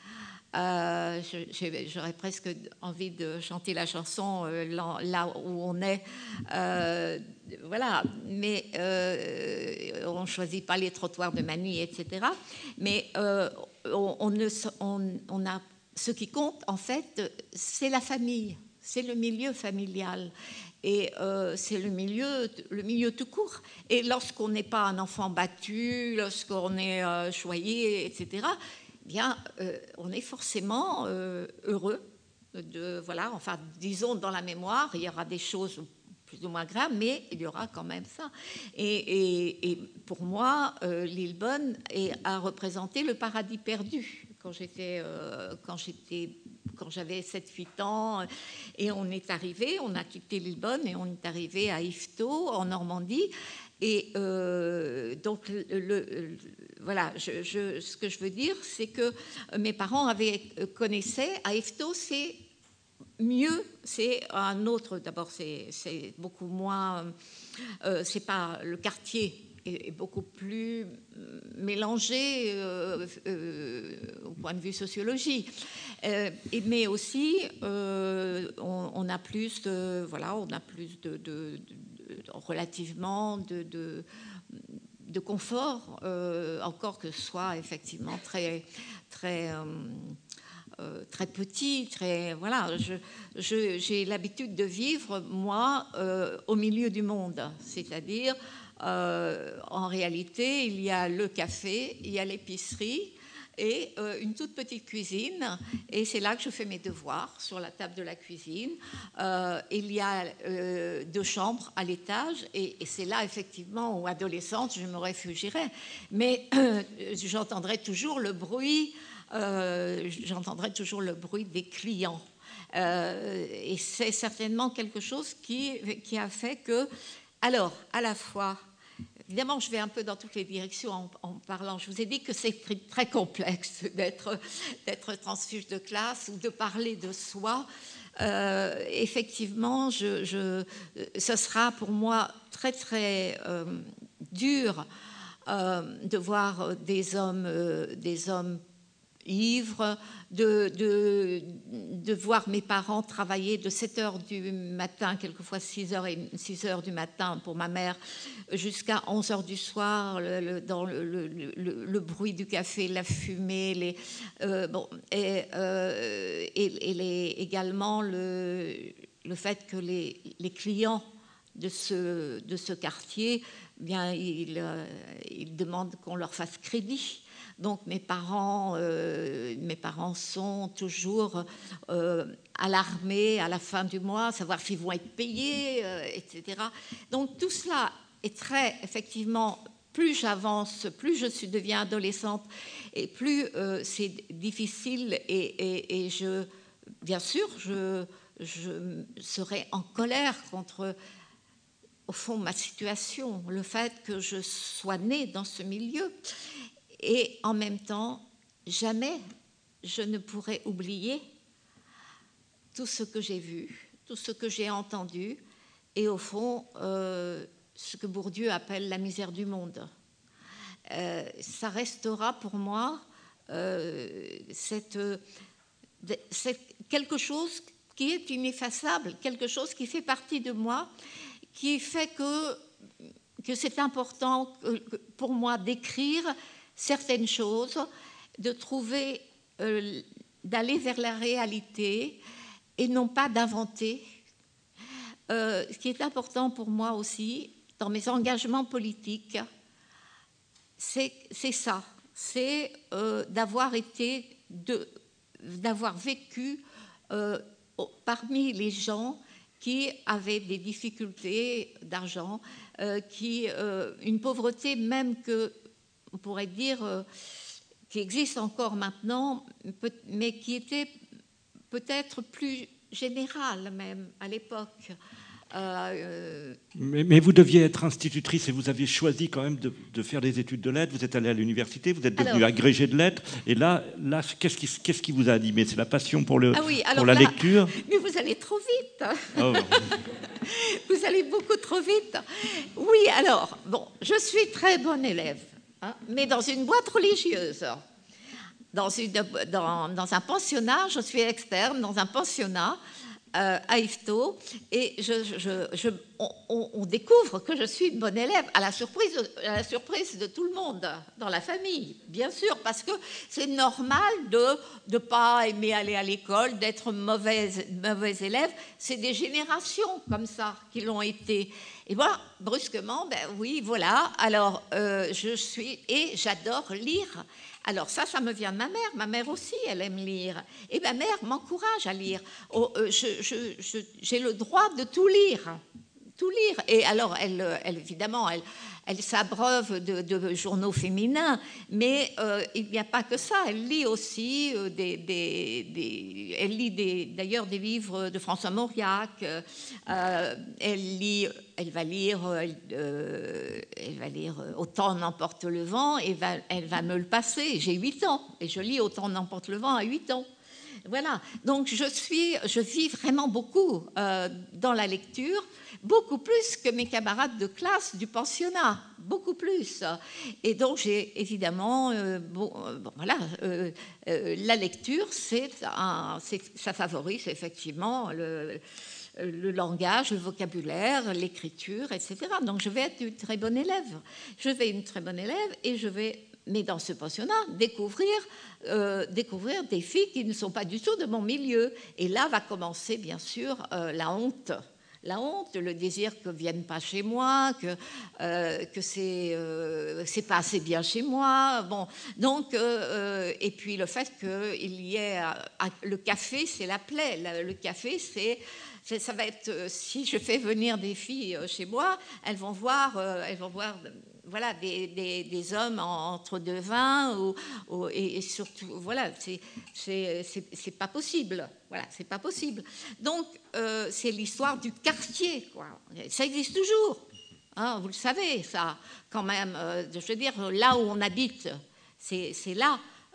Euh, j'aurais presque envie de chanter la chanson euh, là où on est, euh, voilà, mais euh, on ne choisit pas les trottoirs de Manille, et cetera. Mais euh, on, on, ne, on, on a, ce qui compte, en fait, c'est la famille, c'est le milieu familial. Et euh, c'est le milieu, le milieu tout court. Et lorsqu'on n'est pas un enfant battu, lorsqu'on est euh, choyé, et cetera, bien, euh, on est forcément euh, heureux de, voilà, enfin, disons, dans la mémoire, il y aura des choses plus ou moins agréable, mais il y aura quand même ça. Et, et, et pour moi, euh, Lillebonne est, a représenté le paradis perdu quand j'étais, euh, quand j'étais, quand j'avais sept huit ans. Et on est arrivé, on a quitté Lillebonne et on est arrivé à Yvetot, en Normandie. Et euh, donc, le, le, le, voilà, je, je, ce que je veux dire, c'est que mes parents avaient, connaissaient, à Yvetot, c'est mieux, c'est un autre, d'abord, c'est, c'est beaucoup moins, euh, c'est pas, le quartier est, est beaucoup plus mélangé euh, euh, au point de vue sociologie. Euh, et, mais aussi, euh, on, on a plus de, voilà, on a plus de, de, de, de relativement de, de, de confort, euh, encore que ce soit effectivement très, très euh, Euh, très petit, très voilà. Je, je, j'ai l'habitude de vivre moi euh, au milieu du monde, c'est-à-dire euh, en réalité il y a le café, il y a l'épicerie et euh, une toute petite cuisine, et c'est là que je fais mes devoirs sur la table de la cuisine. Euh, il y a euh, deux chambres à l'étage, et, et c'est là effectivement où adolescente je me réfugierais, mais euh, j'entendrai toujours le bruit. Euh, j'entendrai toujours le bruit des clients. Euh, et c'est certainement quelque chose qui, qui a fait que, alors, à la fois, évidemment, je vais un peu dans toutes les directions en, en parlant. Je vous ai dit que c'est très, très complexe d'être, d'être transfuge de classe ou de parler de soi. Euh, effectivement, je, je, ce sera pour moi très, très euh, dur euh, de voir des hommes, euh, des hommes ivre, de, de, de voir mes parents travailler de sept heures du matin, quelquefois six heures, et, six heures du matin pour ma mère, jusqu'à onze heures du soir, le, le, dans le, le, le, le bruit du café, la fumée, les, euh, bon, et, euh, et, et les, également le, le fait que les, les clients de ce, de ce quartier, bien, ils, euh, ils demandent qu'on leur fasse crédit. Donc mes parents, euh, mes parents sont toujours euh, alarmés à la fin du mois, savoir s'ils vont être payés, euh, et cetera. Donc tout cela est très, effectivement, plus j'avance, plus je suis, deviens adolescente, et plus euh, c'est difficile. Et, et, et je, bien sûr, je, je serai en colère contre, au fond, ma situation, le fait que je sois née dans ce milieu. Et en même temps, jamais je ne pourrai oublier tout ce que j'ai vu, tout ce que j'ai entendu, et au fond, euh, ce que Bourdieu appelle la misère du monde. Euh, ça restera pour moi euh, cette, cette, quelque chose qui est ineffaçable, quelque chose qui fait partie de moi, qui fait que, que c'est important pour moi d'écrire certaines choses, de trouver, euh, d'aller vers la réalité et non pas d'inventer. Euh, ce qui est important pour moi aussi, dans mes engagements politiques, c'est, c'est ça, c'est euh, d'avoir été, de, d'avoir vécu euh, parmi les gens qui avaient des difficultés d'argent, euh, qui, euh, une pauvreté même que on pourrait dire, euh, qui existe encore maintenant, peut, mais qui était peut-être plus générale même à l'époque. Euh, mais, mais vous deviez être institutrice et vous aviez choisi quand même de, de faire des études de lettres. Vous êtes allée à l'université, vous êtes devenue agrégée de lettres. Et là, là qu'est-ce, qui, qu'est-ce qui vous a animé? C'est la passion pour, le, ah oui, pour la là, lecture? Mais vous allez trop vite. Oh. Vous allez beaucoup trop vite. Oui, alors, bon, je suis très bonne élève, hein, mais dans une boîte religieuse. Dans, une, dans, dans un pensionnat, je suis externe, dans un pensionnat, Euh, à Yvetot, et je, je, je, on, on découvre que je suis une bonne élève, à la, surprise, à la surprise de tout le monde dans la famille, bien sûr, parce que c'est normal de ne pas aimer aller à l'école, d'être mauvaise, mauvaise élève. C'est des générations comme ça qui l'ont été. Et moi, brusquement, ben oui, voilà, alors euh, je suis, et j'adore lire. Alors ça, ça me vient de ma mère. Ma mère aussi, elle aime lire. Et ma mère m'encourage à lire. Oh, euh, je, je, je, j'ai le droit de tout lire. tout lire. Et alors, elle, elle évidemment, elle, elle s'abreuve de, de journaux féminins, mais euh, il n'y a pas que ça. Elle lit aussi euh, des, des, des, elle lit des, d'ailleurs des livres de François Mauriac. Euh, elle lit, elle va lire, euh, elle va lire Autant n'emporte le vent et va, elle va me le passer. J'ai huit ans et je lis Autant n'emporte le vent à huit ans. Voilà. Donc je suis, je vis vraiment beaucoup euh, dans la lecture. Beaucoup plus que mes camarades de classe du pensionnat, beaucoup plus. Et donc j'ai évidemment, euh, bon, euh, bon, voilà, euh, euh, la lecture, c'est un, c'est, ça favorise effectivement le, le langage, le vocabulaire, l'écriture, et cetera. Donc je vais être une très bonne élève. Je vais être une très bonne élève et je vais, mais dans ce pensionnat, découvrir, euh, découvrir des filles qui ne sont pas du tout de mon milieu. Et là va commencer bien sûr euh, la honte. La honte, le désir que ne viennent pas chez moi, que, euh, que c'est, euh, c'est pas assez bien chez moi. Bon, donc, euh, et puis le fait qu'il y ait à, à, le café, c'est la plaie. Le, le café, c'est, c'est, ça va être, si je fais venir des filles chez moi, elles vont voir, euh, elles vont voir. Voilà, des, des, des hommes entre deux vins, ou, ou, et, et surtout, voilà, c'est, c'est, c'est, c'est pas possible. Voilà, c'est pas possible. Donc, euh, c'est l'histoire du quartier, quoi. Ça existe toujours, hein, vous le savez, ça, quand même. Euh, je veux dire, là où on habite, c'est, c'est là.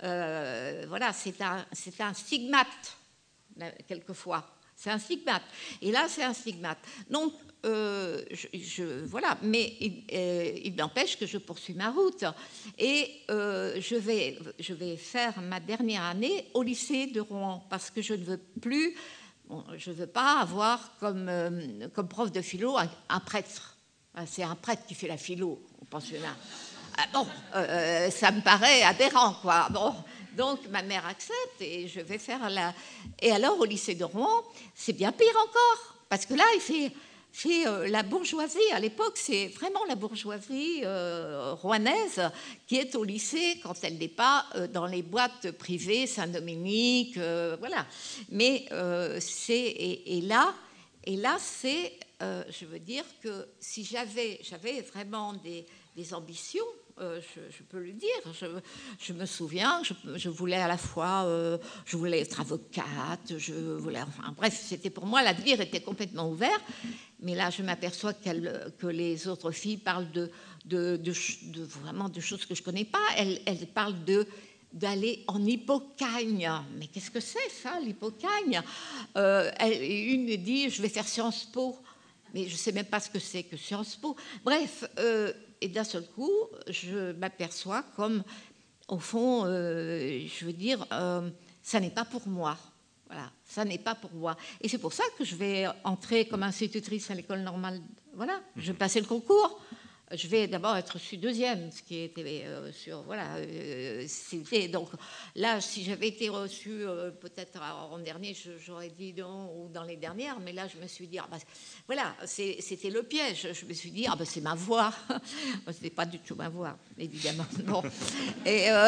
Euh, voilà, c'est un, c'est un stigmate, quelquefois. C'est un stigmate. Et là, c'est un stigmate. Donc, Euh, je, je, voilà, mais il, euh, il n'empêche que je poursuis ma route et euh, je, vais, je vais faire ma dernière année au lycée de Rouen parce que je ne veux plus, bon, je ne veux pas avoir comme, euh, comme prof de philo un, un prêtre. C'est un prêtre qui fait la philo au pensionnat. Ah, bon, euh, ça me paraît aberrant, quoi. Bon, donc ma mère accepte et je vais faire la. Et alors au lycée de Rouen, c'est bien pire encore parce que là, il fait. C'est euh, la bourgeoisie, à l'époque, c'est vraiment la bourgeoisie euh, rouennaise qui est au lycée quand elle n'est pas euh, dans les boîtes privées, Saint-Dominique, euh, voilà. Mais euh, c'est, et, et là, et là c'est, euh, je veux dire que si j'avais, j'avais vraiment des, des ambitions, Euh, je, je peux le dire, je, je me souviens, je, je voulais à la fois, euh, je voulais être avocate, je voulais, enfin bref, c'était pour moi, l'avenir était complètement ouvert, mais là je m'aperçois que les autres filles parlent de, de, de, de, vraiment de choses que je ne connais pas, elles, elles parlent de d'aller en Hippocagne. Mais qu'est-ce que c'est ça, l'Hippocagne? euh, Une dit, je vais faire Sciences Po, mais je ne sais même pas ce que c'est que Sciences Po. Bref, euh, et d'un seul coup, je m'aperçois comme, au fond, euh, je veux dire, euh, ça n'est pas pour moi. Voilà, ça n'est pas pour moi. Et c'est pour ça que je vais entrer comme institutrice à l'école normale. Voilà, je vais passer le concours. Je vais d'abord être reçue deuxième, ce qui était euh, sur... Voilà, euh, c'était... Donc là, si j'avais été reçue euh, peut-être en dernier, j'aurais dit non, ou dans les dernières, mais là, je me suis dit... Ah, bah, voilà, c'est, c'était le piège. Je me suis dit, ah, bah, c'est ma voix. Ce n'est pas du tout ma voix, évidemment. Bon. Et, euh,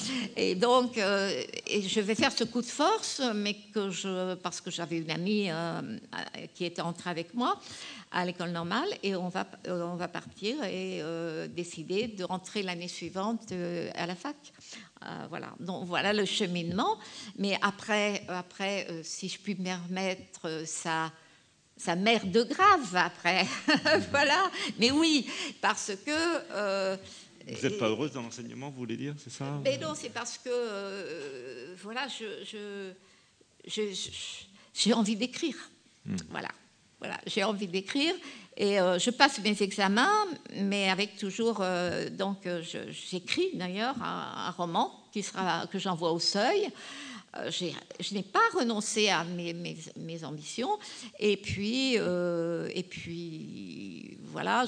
et donc, euh, et je vais faire ce coup de force, mais que je... parce que j'avais une amie euh, qui était entrée avec moi à l'école normale, et on va, euh, on va partir et euh, décider de rentrer l'année suivante euh, à la fac. Euh, voilà. Donc voilà le cheminement. Mais après, après euh, si je puis me permettre, euh, ça, ça mère de grave après. Voilà. Mais oui, parce que... Euh, vous n'êtes pas heureuse dans l'enseignement, vous voulez dire, c'est ça? Mais non, c'est parce que, euh, voilà, je, je, je, je, j'ai envie d'écrire. Mmh. Voilà. Voilà, j'ai envie d'écrire et euh, je passe mes examens, mais avec toujours, euh, donc euh, je, j'écris d'ailleurs un, un roman qui sera, que j'envoie au Seuil. Euh, j'ai, je n'ai pas renoncé à mes, mes, mes ambitions et puis, euh, et puis voilà,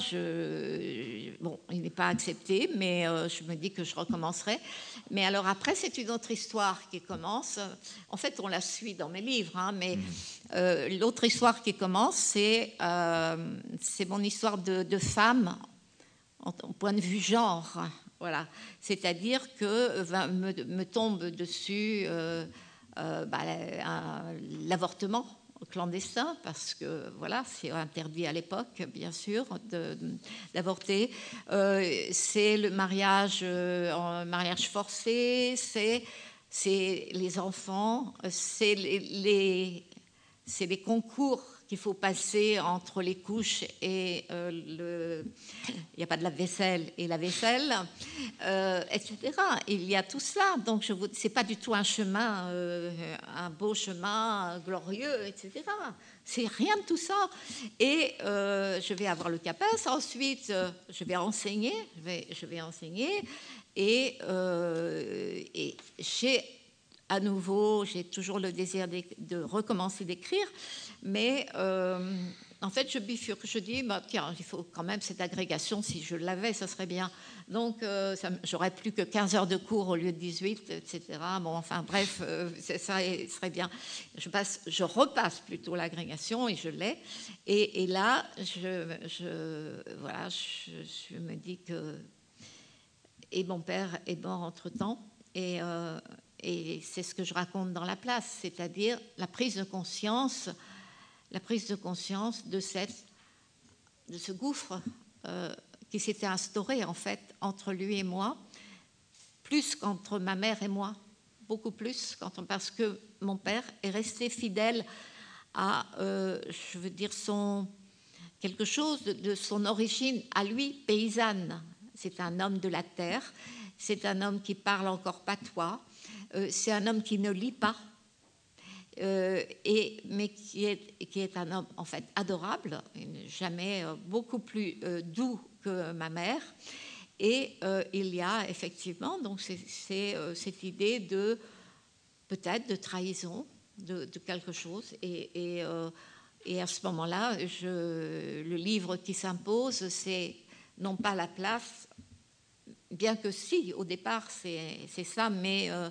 je, bon, il n'est pas accepté, mais euh, je me dis que je recommencerai. Mais alors après, c'est une autre histoire qui commence. En fait, on la suit dans mes livres, hein, mais euh, l'autre histoire qui commence, c'est, euh, c'est mon histoire de, de femme en, en point de vue genre. Voilà. C'est-à-dire que me, me tombe dessus euh, euh, bah, un, l'avortement clandestin, parce que voilà, c'est interdit à l'époque, bien sûr, de, d'avorter. Euh, c'est le mariage, euh, en mariage forcé, c'est, c'est les enfants, c'est les, les, c'est les concours qu'il faut passer entre les couches et euh, le... Il n'y a pas de la vaisselle et la vaisselle, euh, et cetera. Il y a tout cela. Donc, ce n'est pas du tout un chemin, euh, un beau chemin glorieux, et cetera. C'est rien de tout ça. Et euh, je vais avoir le CAPES. Ensuite, euh, je vais enseigner. Je vais, je vais enseigner. Et, euh, et j'ai, à nouveau, j'ai toujours le désir de, de recommencer d'écrire. Mais euh, en fait, je bifurque. Je dis, bah, tiens, il faut quand même cette agrégation. Si je l'avais, ça serait bien. Donc, euh, ça, j'aurais plus que quinze heures de cours au lieu de dix-huit, et cetera. Bon, enfin, bref, euh, ça serait bien. Je, passe, je repasse plutôt l'agrégation et je l'ai. Et, et là, je, je, voilà, je, je me dis que... Et mon père est mort entre-temps. Et, euh, et c'est ce que je raconte dans La Place, c'est-à-dire la prise de conscience... la prise de conscience de, cette, de ce gouffre euh, qui s'était instauré en fait entre lui et moi, plus qu'entre ma mère et moi, beaucoup plus, quand on, parce que mon père est resté fidèle à, euh, je veux dire, son, quelque chose de, de son origine à lui, paysanne. C'est un homme de la terre, c'est un homme qui parle encore patois, euh, c'est un homme qui ne lit pas, Euh, et, mais qui est, qui est un homme en fait adorable, jamais euh, beaucoup plus euh, doux que ma mère. Et euh, il y a effectivement donc c'est, c'est euh, cette idée de peut-être de trahison de, de quelque chose. Et, et, euh, et à ce moment-là, je, le livre qui s'impose, c'est non pas La Place, bien que si au départ c'est, c'est ça, mais euh,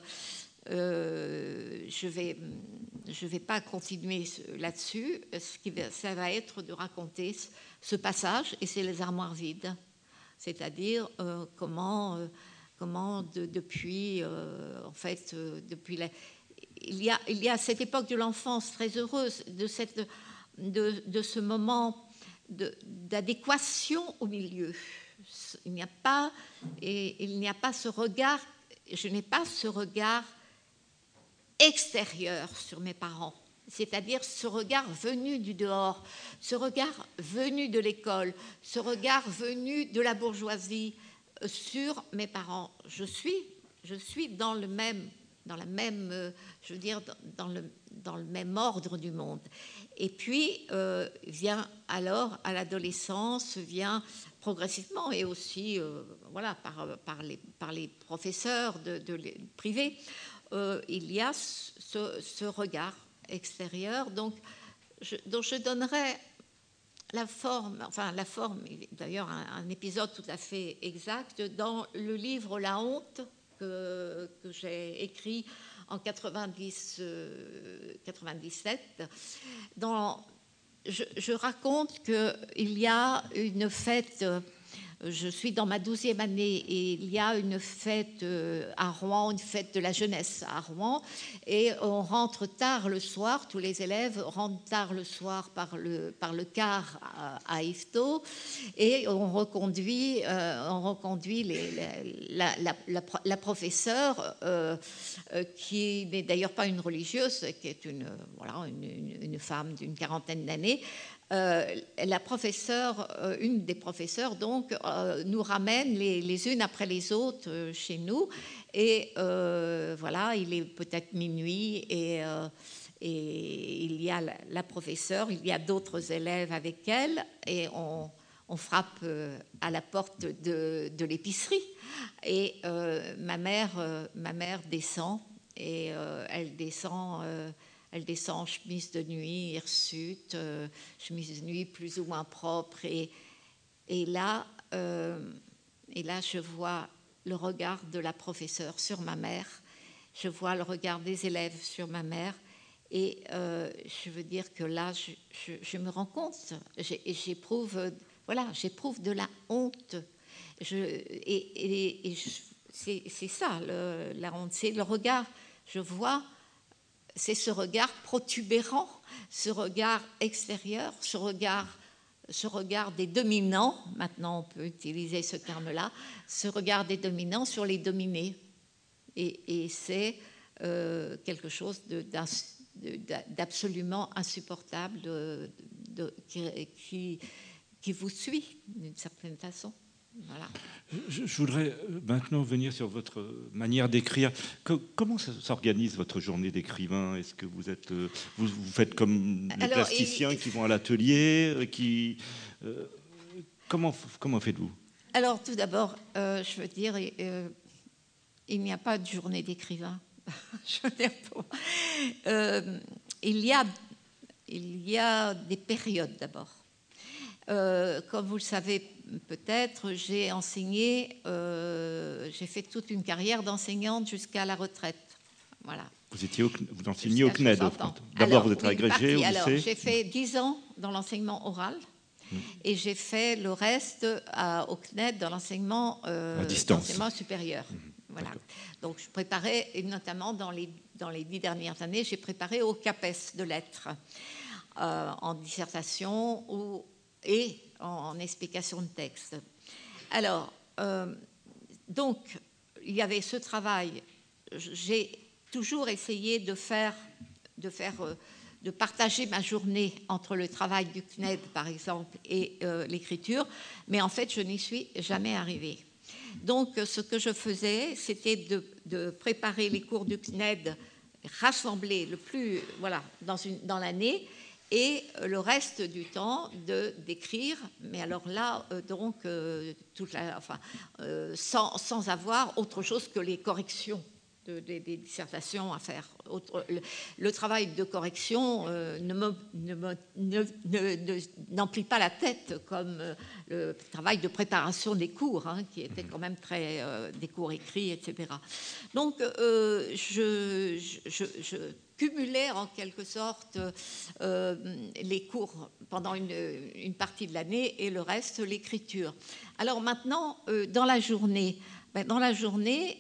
Euh, je vais, je vais pas continuer là-dessus. Ce qui va, ça va être de raconter ce passage, et c'est les armoires vides, c'est-à-dire euh, comment, euh, comment de, depuis, euh, en fait, euh, depuis la, il y a, il y a cette époque de l'enfance très heureuse, de cette, de, de ce moment de, d'adéquation au milieu. Il n'y a pas, et il n'y a pas ce regard. Je n'ai pas ce regard extérieur sur mes parents, c'est-à-dire ce regard venu du dehors, ce regard venu de l'école, ce regard venu de la bourgeoisie sur mes parents. Je suis, je suis dans le même, dans la même, je veux dire, dans le, dans le même ordre du monde. Et puis euh, vient alors à l'adolescence, vient progressivement, et aussi, euh, voilà, par, par, les, par les professeurs de, de, de privés. Euh, il y a ce, ce regard extérieur, donc je, dont je donnerai la forme, enfin la forme, d'ailleurs un, un épisode tout à fait exact dans le livre La Honte que, que j'ai écrit en quatre-vingt-dix, euh, quatre-vingt-dix-sept. Dans, je, je raconte qu'il y a une fête. Je suis dans ma douzième année et il y a une fête à Rouen, une fête de la jeunesse à Rouen, et on rentre tard le soir, tous les élèves rentrent tard le soir par le, par le car à, à Yvetot, et on reconduit, euh, on reconduit les, les, la, la, la, la professeure, euh, euh, qui n'est d'ailleurs pas une religieuse, qui est une, voilà, une, une, une femme d'une quarantaine d'années. Euh, la professeure, euh, une des professeurs donc, euh, nous ramène les, les unes après les autres euh, chez nous, et euh, voilà, il est peut-être minuit, et, euh, et il y a la, la professeure, il y a d'autres élèves avec elle, et on, on frappe euh, à la porte de, de l'épicerie, et euh, ma mère, euh, ma mère descend, et euh, elle descend. Euh, Elle descend en chemise de nuit, hirsute, euh, chemise de nuit plus ou moins propre. Et, et, là, euh, et là, je vois le regard de la professeure sur ma mère. Je vois le regard des élèves sur ma mère. Et euh, je veux dire que là, je, je, je me rends compte. J'éprouve, voilà, j'éprouve de la honte. Je, et et, et c'est ça, le, la honte. C'est le regard. Je vois... c'est ce regard protubérant, ce regard extérieur, ce regard, ce regard des dominants, maintenant on peut utiliser ce terme-là, ce regard des dominants sur les dominés. Et, et c'est euh, quelque chose de, d'absolument insupportable de, de, qui, qui, qui vous suit d'une certaine façon. Voilà. Je, je voudrais maintenant venir sur votre manière d'écrire. Que, comment ça s'organise votre journée d'écrivain? Est-ce que vous êtes, vous, vous faites comme les Alors, plasticiens il... qui vont à l'atelier, qui euh, comment comment faites-vous? Alors tout d'abord, euh, je veux dire, euh, il n'y a pas de journée d'écrivain. je veux dire, pour... euh, il y a il y a des périodes d'abord. Euh, comme vous le savez peut-être, j'ai enseigné, euh, j'ai fait toute une carrière d'enseignante jusqu'à la retraite. Voilà. Vous étiez au, vous enseignez au C N E D. D'abord, vous êtes oui, agrégé au lycée. Alors, j'ai fait dix ans dans l'enseignement oral mmh. et j'ai fait le reste à, au C N E D dans l'enseignement euh, supérieur. Mmh. Voilà. Donc, je préparais, et notamment dans les, dans les dix dernières années, j'ai préparé au CAPES de lettres euh, en dissertation ou et en explication de texte. Alors, euh, donc, il y avait ce travail. J'ai toujours essayé de faire, de faire, euh, de partager ma journée entre le travail du C N E D, par exemple, et euh, l'écriture, mais en fait, je n'y suis jamais arrivée. Donc, ce que je faisais, c'était de, de préparer les cours du C N E D, rassembler le plus, voilà, dans, une, dans l'année, et le reste du temps de, d'écrire, mais alors là, euh, donc, euh, toute la, enfin, euh, sans, sans avoir autre chose que les corrections de, de, des dissertations à faire. Autre, le, le travail de correction euh, ne me, ne me, ne, ne, ne, n'emplit pas la tête comme euh, le travail de préparation des cours, hein, qui était quand même très... Euh, des cours écrits, et cetera. Donc, euh, je... je, je cumulait en quelque sorte euh, les cours pendant une, une partie de l'année et le reste l'écriture. Alors maintenant, euh, dans la journée, ben dans la journée,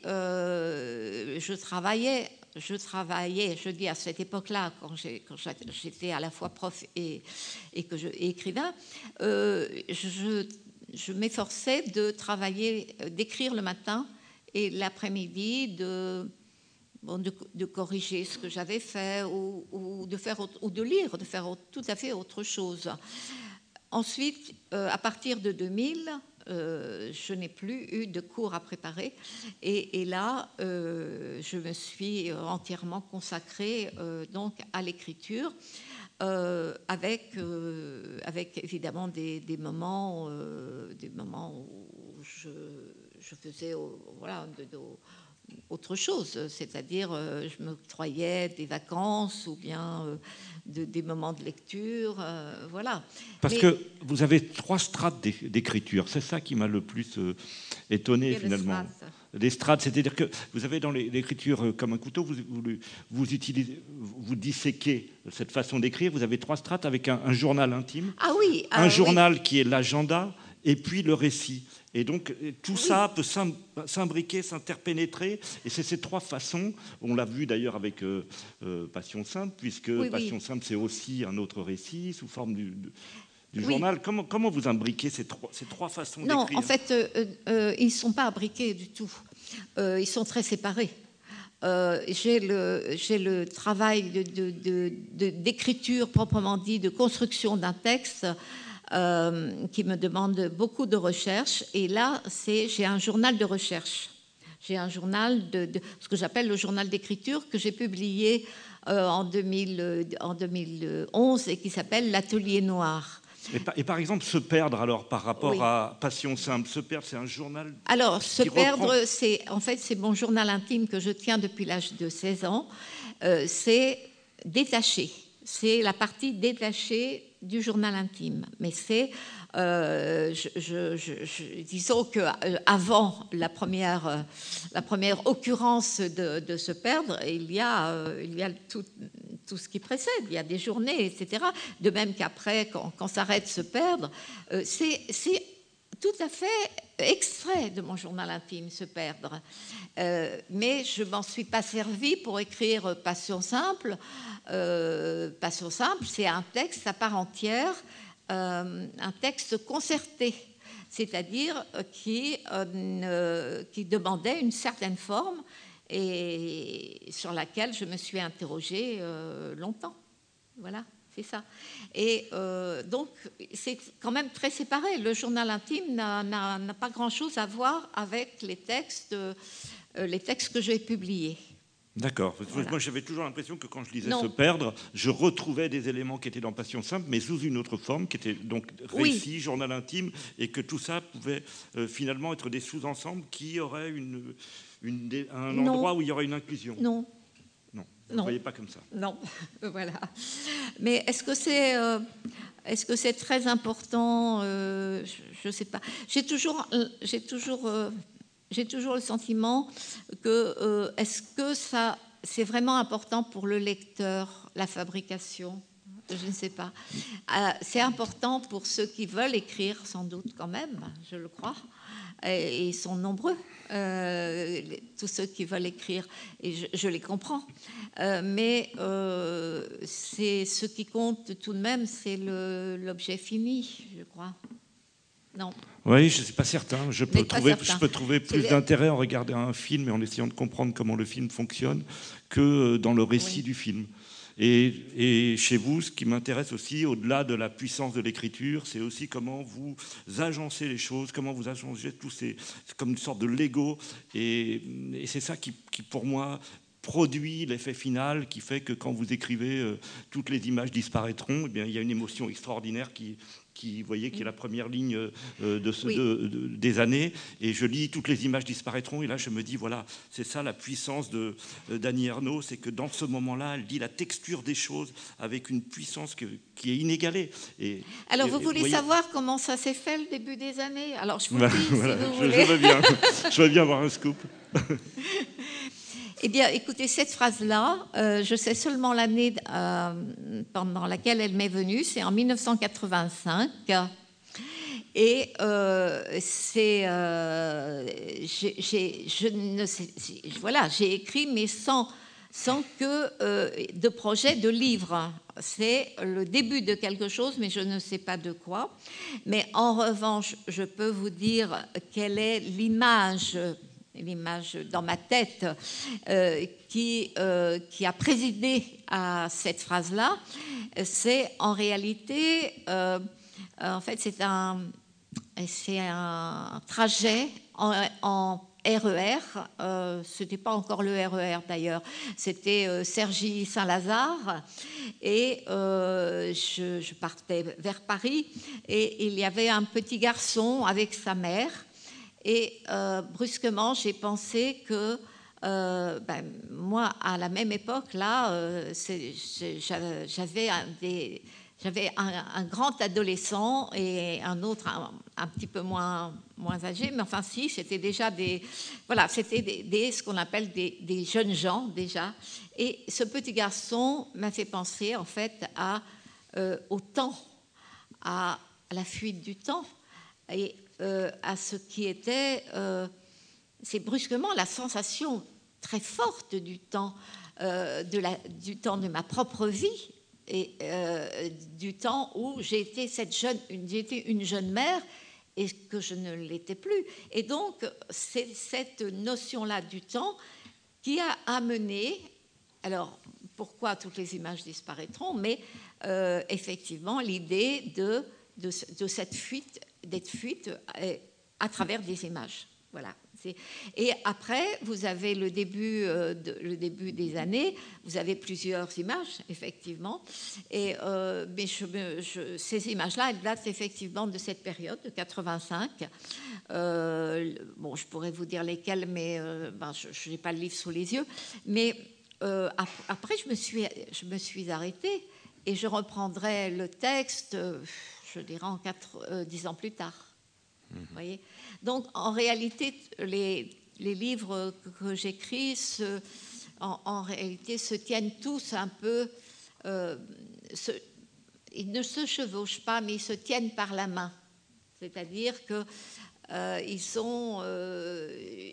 euh, je travaillais, je travaillais, je dis à cette époque-là, quand, j'ai, quand j'étais à la fois prof et, et que je et écrivain, euh, je, je m'efforçais de travailler, d'écrire le matin et l'après-midi de Bon, de, de corriger ce que j'avais fait ou, ou, de faire, ou de lire, de faire tout à fait autre chose. Ensuite, euh, à partir de deux mille, euh, je n'ai plus eu de cours à préparer. Et, et là, euh, je me suis entièrement consacrée euh, donc à l'écriture, euh, avec, euh, avec évidemment des, des, moments, euh, des moments où je, je faisais voilà, de, de, autre chose, c'est-à-dire euh, je m'octroyais des vacances ou bien euh, de, des moments de lecture, euh, voilà. Parce Mais, que vous avez trois strates d'écriture, c'est ça qui m'a le plus euh, étonné finalement. Des strates, c'est-à-dire que vous avez dans l'écriture comme un couteau, vous, vous, vous utilisez, vous disséquez cette façon d'écrire, vous avez trois strates avec un, un journal intime, ah oui, ah, un journal oui. qui est l'agenda et puis le récit. Et donc, tout oui. ça peut s'imbriquer, s'interpénétrer. Et c'est ces trois façons. On l'a vu d'ailleurs avec euh, euh, Passion simple, puisque oui, Passion oui. simple, c'est aussi un autre récit sous forme du, du, du oui. journal. Comment, comment vous imbriquez ces trois, ces trois façons non, d'écrire? Non, en fait, euh, euh, ils ne sont pas imbriqués du tout. Euh, ils sont très séparés. Euh, j'ai, le, j'ai le travail de, de, de, de, d'écriture proprement dit, de construction d'un texte, Euh, qui me demande beaucoup de recherche. Et là, c'est, j'ai un journal de recherche. J'ai un journal, de, de ce que j'appelle le journal d'écriture, que j'ai publié euh, en, deux mille, en deux mille onze et qui s'appelle L'Atelier Noir. Et par, et par exemple, se perdre, alors, par rapport oui. à Passion simple, se perdre, c'est un journal. Alors, se qui perdre, reprend... c'est, en fait, c'est mon journal intime que je tiens depuis l'âge de seize ans. Euh, c'est détaché. C'est la partie détachée du journal intime, mais c'est, euh, je, je, je, je, disons que euh, avant la première, euh, la première occurrence de, de se perdre, il y a, euh, il y a tout, tout ce qui précède, il y a des journées, et cetera. De même qu'après, quand, quand s'arrête de se perdre, euh, c'est, c'est tout à fait extraits de mon journal intime se perdre. Euh, mais je m'en suis pas servi pour écrire Passion simple. Euh, Passion simple, c'est un texte à part entière, euh, un texte concerté, c'est-à-dire qui, euh, qui demandait une certaine forme et sur laquelle je me suis interrogée euh, longtemps. Voilà. C'est ça. Et euh, donc, c'est quand même très séparé. Le journal intime n'a, n'a, n'a pas grand-chose à voir avec les textes, euh, les textes que j'ai publiés. D'accord. Voilà. Moi, j'avais toujours l'impression que quand je lisais non. Se perdre, je retrouvais des éléments qui étaient dans Passion simple, mais sous une autre forme, qui était donc récit, oui. Journal intime, et que tout ça pouvait euh, finalement être des sous-ensembles qui auraient une, une, un non. endroit où il y aurait une inclusion. Non. Non, vous ne voyez pas comme ça. Non, voilà. Mais est-ce que c'est, euh, est-ce que c'est très important euh, Je ne sais pas. J'ai toujours, j'ai toujours, euh, j'ai toujours le sentiment que euh, est-ce que ça, c'est vraiment important pour le lecteur, la fabrication ? Je ne sais pas. Euh, c'est important pour ceux qui veulent écrire, sans doute quand même, je le crois. Et ils sont nombreux, euh, tous ceux qui veulent écrire, et je, je les comprends. Euh, mais euh, c'est ce qui compte tout de même, c'est le, l'objet fini, je crois. Non. Oui, je ne suis pas certain. Je peux, trouver, certain. je peux trouver plus c'est... d'intérêt en regardant un film et en essayant de comprendre comment le film fonctionne que dans le récit oui. du film. Et, et chez vous, ce qui m'intéresse aussi, au-delà de la puissance de l'écriture, c'est aussi comment vous agencez les choses, comment vous agencez tous ces... C'est comme une sorte de Lego. Et, et c'est ça qui, qui, pour moi, produit l'effet final qui fait que quand vous écrivez euh, toutes les images disparaîtront, eh bien, il y a une émotion extraordinaire qui... qui, vous voyez, qui est la première ligne euh, de ce, oui. de, de, des années. Et je lis toutes les images disparaîtront. Et là, je me dis, voilà, c'est ça la puissance de, euh, d'Annie Ernaux. C'est que dans ce moment-là, elle dit la texture des choses avec une puissance que, qui est inégalée. Et, Alors, et, vous voulez vous savoir comment ça s'est fait le début des années ? Alors, je vous le dis, voilà, si vous je, voulez. Je veux bien, je veux bien avoir un scoop. Eh bien, écoutez, cette phrase-là, euh, je sais seulement l'année euh, pendant laquelle elle m'est venue, c'est en dix-neuf cent quatre-vingt-cinq. Et euh, c'est, euh, j'ai, j'ai, je ne sais, voilà, j'ai écrit, mais sans, sans que euh, de projet de livre. C'est le début de quelque chose, mais je ne sais pas de quoi. Mais en revanche, je peux vous dire quelle est l'image. l'image dans ma tête euh, qui, euh, qui a présidé à cette phrase-là, c'est en réalité, euh, en fait, c'est un, c'est un trajet en, en R E R. Euh, ce n'était pas encore le R E R d'ailleurs, c'était euh, Cergy-Saint-Lazare. Et euh, je, je partais vers Paris et il y avait un petit garçon avec sa mère. Et euh, brusquement, j'ai pensé que euh, ben, moi, à la même époque, là, euh, c'est, j'avais, j'avais, un, des, j'avais un, un grand adolescent et un autre un, un petit peu moins, moins âgé, mais enfin si, c'était déjà des, voilà, c'était des, des, ce qu'on appelle des, des jeunes gens déjà. Et ce petit garçon m'a fait penser en fait à, euh, au temps, à, à la fuite du temps. Et Euh, à ce qui était, euh, c'est brusquement la sensation très forte du temps, euh, de la, du temps de ma propre vie et euh, du temps où j'ai été cette jeune, une, j'ai été une jeune mère et que je ne l'étais plus. Et donc, c'est cette notion-là du temps qui a amené, alors pourquoi toutes les images disparaîtront, mais euh, effectivement l'idée de, de, de cette fuite, d'être fuite à travers des images. Voilà. Et après, vous avez le début, euh, de, le début des années, vous avez plusieurs images, effectivement. Et, euh, mais je, je, ces images-là, elles datent effectivement de cette période, de quatre-vingt-cinq. Euh, bon, je pourrais vous dire lesquelles, mais euh, ben, je n'ai pas le livre sous les yeux. Mais euh, après, je me, suis, je me suis arrêtée et je reprendrai le texte, euh, je dirais, en quatre, euh, dix ans plus tard. Mmh. Vous voyez ? Donc, en réalité, les, les livres que, que j'écris se, en, en réalité se tiennent tous un peu... Euh, se, ils ne se chevauchent pas, mais ils se tiennent par la main. C'est-à-dire que Euh, ils sont... Euh,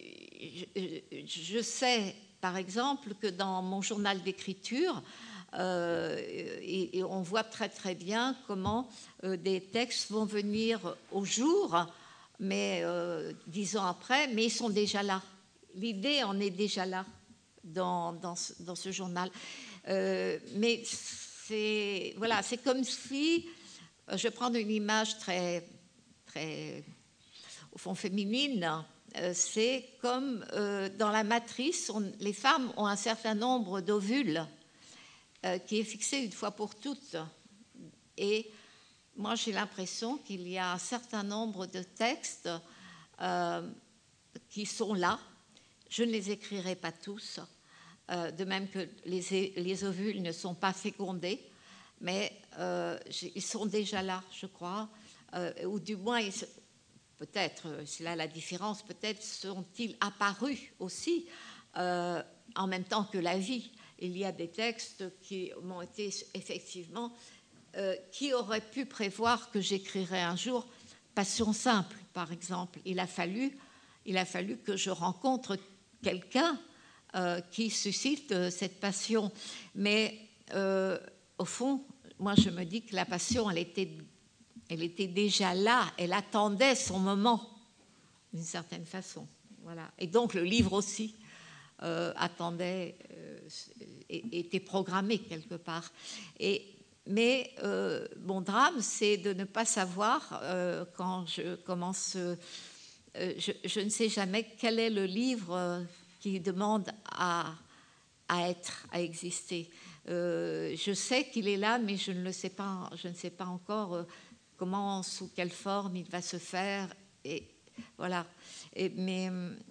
je, je sais, par exemple, que dans mon journal d'écriture, euh, et, et on voit très très bien comment euh, des textes vont venir au jour, mais euh, dix ans après, mais ils sont déjà là. L'idée en est déjà là dans, dans, ce, dans ce journal. Euh, mais c'est, voilà, c'est comme si, je vais prendre une image très, très au fond féminine, euh, c'est comme euh, dans la matrice, on, les femmes ont un certain nombre d'ovules euh, qui est fixé une fois pour toutes. Et moi, j'ai l'impression qu'il y a un certain nombre de textes euh, qui sont là. Je ne les écrirai pas tous, euh, de même que les, les ovules ne sont pas fécondés, mais euh, ils sont déjà là, je crois, euh, ou du moins, ils, peut-être, c'est là la différence, peut-être sont-ils apparus aussi euh, en même temps que la vie. Il y a des textes qui m'ont été effectivement, euh, qui auraient pu prévoir que j'écrirais un jour Passion simple, par exemple. Il a fallu, il a fallu que je rencontre quelqu'un euh, qui suscite euh, cette passion. Mais euh, au fond, moi je me dis que la passion, elle était, elle était déjà là, elle attendait son moment, d'une certaine façon. Voilà. Et donc le livre aussi euh, attendait, euh, était programmé quelque part. Et, mais euh, mon drame, c'est de ne pas savoir, euh, quand je commence, euh, je, je ne sais jamais quel est le livre qui demande à, à être, à exister. Euh, je sais qu'il est là, mais je ne le sais pas, je ne sais pas encore euh, comment, sous quelle forme il va se faire. Et voilà. Et, mais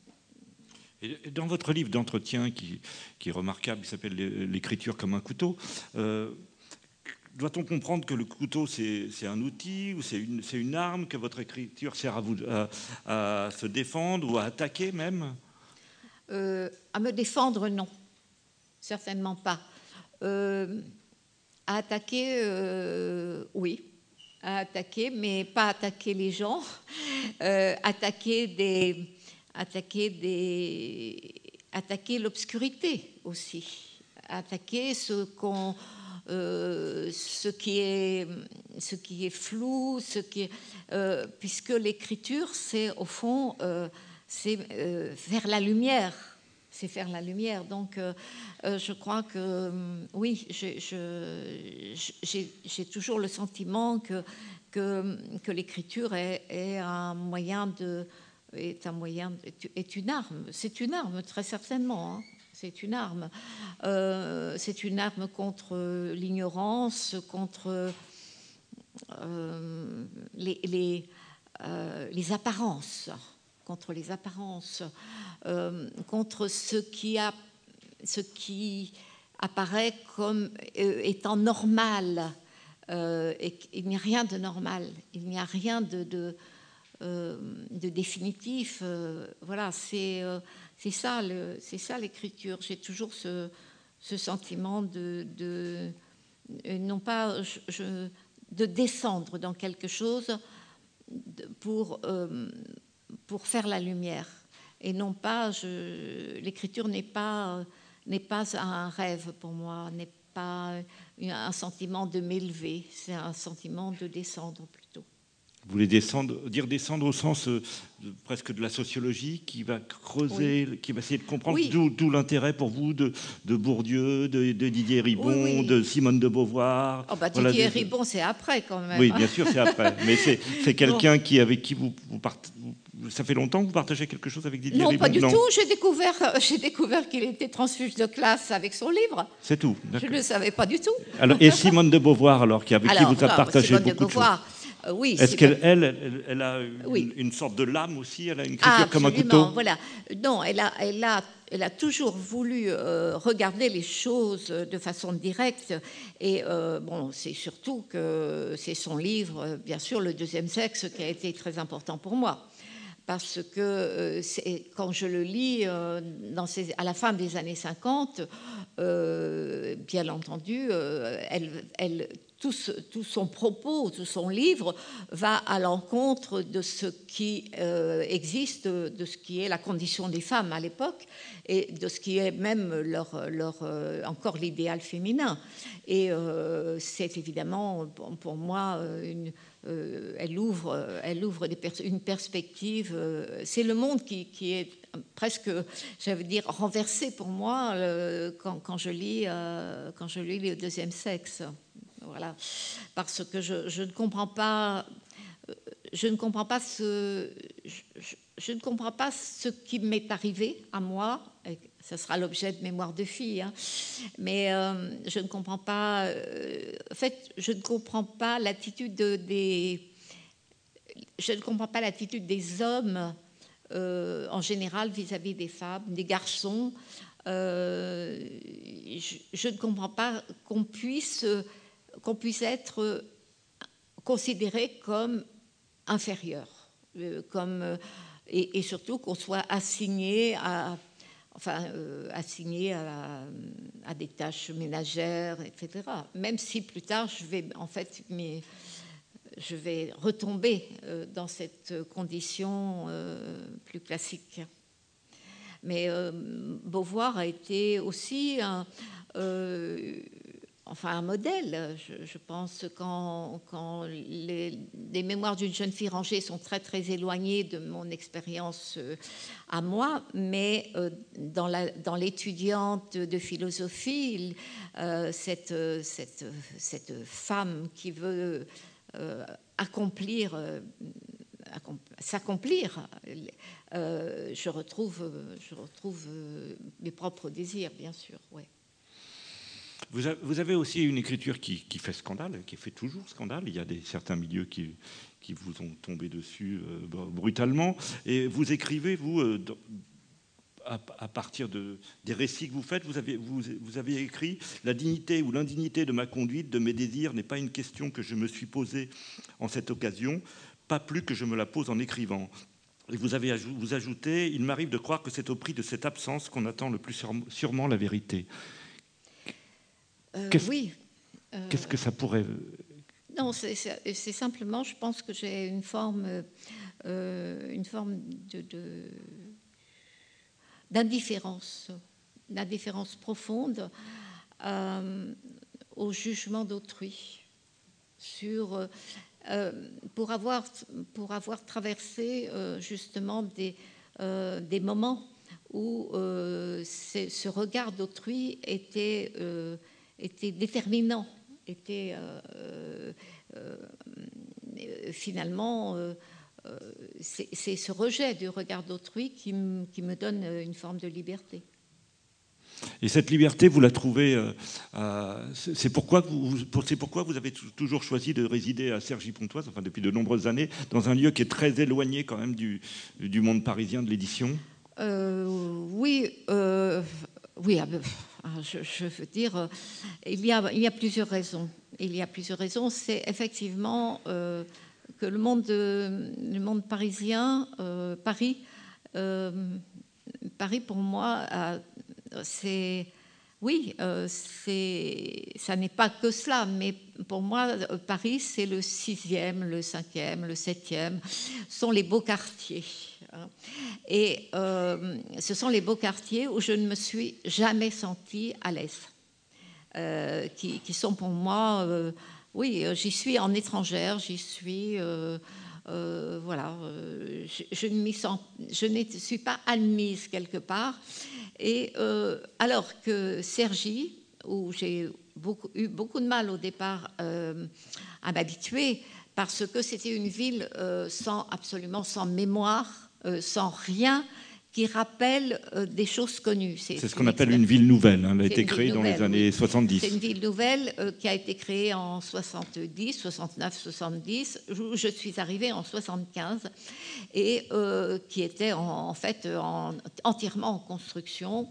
et dans votre livre d'entretien qui, qui est remarquable, il s'appelle L'écriture comme un couteau. Euh, Doit-on comprendre que le couteau, c'est, c'est un outil ou c'est une, c'est une arme, que votre écriture sert à, vous, à, à se défendre ou à attaquer même? euh, À me défendre, non. Certainement pas. Euh, à attaquer, euh, oui. À attaquer, mais pas attaquer les gens. Euh, attaquer des... Attaquer des... Attaquer l'obscurité aussi. Attaquer ce qu'on... Euh, ce, qui est, ce qui est flou, ce qui est, euh, puisque l'écriture, c'est au fond, euh, c'est euh, faire la lumière, c'est faire la lumière. Donc, euh, euh, je crois que euh, oui, je, je, j'ai, j'ai toujours le sentiment que que, que l'écriture est, est un moyen de, est un moyen, est une arme. C'est une arme, très certainement. Hein. C'est une arme. Euh, c'est une arme contre l'ignorance, contre euh, les, les, euh, les apparences, contre les apparences, euh, contre ce qui, a, ce qui apparaît comme euh, étant normal. Euh, et il n'y a rien de normal. Il n'y a rien de, de, euh, de définitif. Euh, voilà, c'est... Euh, C'est ça, le, c'est ça l'écriture. J'ai toujours ce, ce sentiment de, de non pas je, je, de descendre dans quelque chose pour, euh, pour faire la lumière. Et non pas, je, l'écriture n'est pas, n'est pas un rêve pour moi, n'est pas un sentiment de m'élever, c'est un sentiment de descendre plutôt. Vous voulez descendre, dire descendre au sens euh, de, presque de la sociologie, qui va creuser, oui. qui va essayer de comprendre, oui. d'où, d'où l'intérêt pour vous de, de Bourdieu, de, de Didier Ribon, oui, oui. de Simone de Beauvoir. Oh bah, voilà, Didier des... Ribon, c'est après quand même. Oui, bien sûr, c'est après. Mais c'est, c'est quelqu'un qui, avec qui vous, vous partez... Ça fait longtemps que vous partagez quelque chose avec Didier non, Ribon? Pas non, pas du tout. J'ai découvert, j'ai découvert qu'il était transfuge de classe avec son livre. C'est tout. D'accord. Je ne le savais pas du tout. Alors, et Simone de Beauvoir, alors, qui, avec alors, qui vous a non, partagé Simone beaucoup de, Beauvoir, de choses. Euh, oui, Est-ce qu'elle elle, elle, elle a une, oui. une sorte de lame aussi? Elle a une écriture ah, comme un couteau? Voilà. Non, elle a, elle a, elle a toujours voulu euh, regarder les choses de façon directe. Et euh, bon, c'est surtout que c'est son livre, bien sûr, Le Deuxième Sexe, qui a été très important pour moi. Parce que euh, c'est, quand je le lis euh, dans ces, à la fin des années cinquante, euh, bien entendu, euh, elle, elle tout, ce, tout son propos, tout son livre va à l'encontre de ce qui euh, existe, de ce qui est la condition des femmes à l'époque et de ce qui est même leur, leur, euh, encore l'idéal féminin. Et euh, c'est évidemment pour moi une... Euh, elle ouvre, elle ouvre des pers- une perspective. Euh, c'est le monde qui, qui est presque, j'allais dire, renversé pour moi euh, quand, quand, je lis, euh, quand je lis Le deuxième sexe. Voilà, parce que je, je ne comprends pas, je ne comprends pas ce, je, je ne comprends pas ce qui m'est arrivé à moi. Et ce sera l'objet de Mémoire de fille, hein. Mais euh, je ne comprends pas. Euh, en fait, je ne comprends pas l'attitude de, des. Je ne comprends pas l'attitude des hommes euh, en général vis-à-vis des femmes, des garçons. Euh, je, je ne comprends pas qu'on puisse qu'on puisse être considéré comme inférieur, euh, comme euh, et, et surtout qu'on soit assigné à enfin euh, assigné à, à des tâches ménagères, et cetera. Même si plus tard je vais en fait mais je vais retomber euh, dans cette condition euh, plus classique. Mais euh, Beauvoir a été aussi un, euh, enfin un modèle. Je, je pense quand, quand les, les mémoires d'une jeune fille rangée sont très très éloignées de mon expérience euh, à moi, mais euh, dans, la, dans l'étudiante de philosophie, euh, cette, cette, cette femme qui veut euh, accomplir, euh, s'accomplir, euh, je retrouve, je retrouve euh, mes propres désirs, bien sûr, ouais. Vous avez aussi une écriture qui, qui fait scandale, qui fait toujours scandale. Il y a des, certains milieux qui, qui vous ont tombé dessus euh, brutalement. Et vous écrivez, vous, euh, à, à partir de, des récits que vous faites, vous avez, vous, vous avez écrit « La dignité ou l'indignité de ma conduite, de mes désirs, n'est pas une question que je me suis posée en cette occasion, pas plus que je me la pose en écrivant. » Et vous avez vous ajoutez « Il m'arrive de croire que c'est au prix de cette absence qu'on attend le plus sûrement la vérité. » Euh, Qu'est-ce, oui. Euh, qu'est-ce que ça pourrait... Non, c'est, c'est, c'est simplement, je pense que j'ai une forme, euh, une forme de, de, d'indifférence, d'indifférence profonde euh, au jugement d'autrui, sur, euh, pour, avoir, pour avoir traversé euh, justement des, euh, des moments où euh, ce regard d'autrui était... Euh, était déterminant, était euh, euh, finalement, euh, euh, c'est, c'est ce rejet du regard d'autrui qui, m- qui me donne une forme de liberté. Et cette liberté, vous la trouvez, euh, euh, c'est, pourquoi vous, c'est pourquoi vous avez t- toujours choisi de résider à Cergy-Pontoise, enfin depuis de nombreuses années, dans un lieu qui est très éloigné quand même du, du monde parisien de l'édition. euh, Oui, euh, oui. Ah ben, Je, je veux dire, il y, a, il y a plusieurs raisons. Il y a plusieurs raisons. C'est effectivement euh, que le monde, de, le monde parisien, euh, Paris, euh, Paris pour moi, a, c'est, oui, euh, c'est, ça n'est pas que cela, mais pour moi, Paris, c'est le sixième, le cinquième, le septième, sont les beaux quartiers. Et euh, ce sont les beaux quartiers où je ne me suis jamais sentie à l'aise, euh, qui, qui sont pour moi, euh, oui, j'y suis en étrangère, j'y suis, euh, euh, voilà, euh, je, je, ne m'y sens, je ne suis pas admise quelque part. Et euh, alors que Cergy, où j'ai beaucoup, eu beaucoup de mal au départ euh, à m'habituer, parce que c'était une ville euh, sans, absolument sans mémoire, Euh, sans rien qui rappelle euh, des choses connues. C'est, c'est ce qu'on appelle une ville nouvelle. Hein. Elle a été créée dans nouvelle, les années oui. soixante-dix. C'est une ville nouvelle euh, qui a été créée en soixante-dix, soixante-neuf, soixante-dix. Où je suis arrivée en soixante-quinze et euh, qui était en, en fait en, entièrement en construction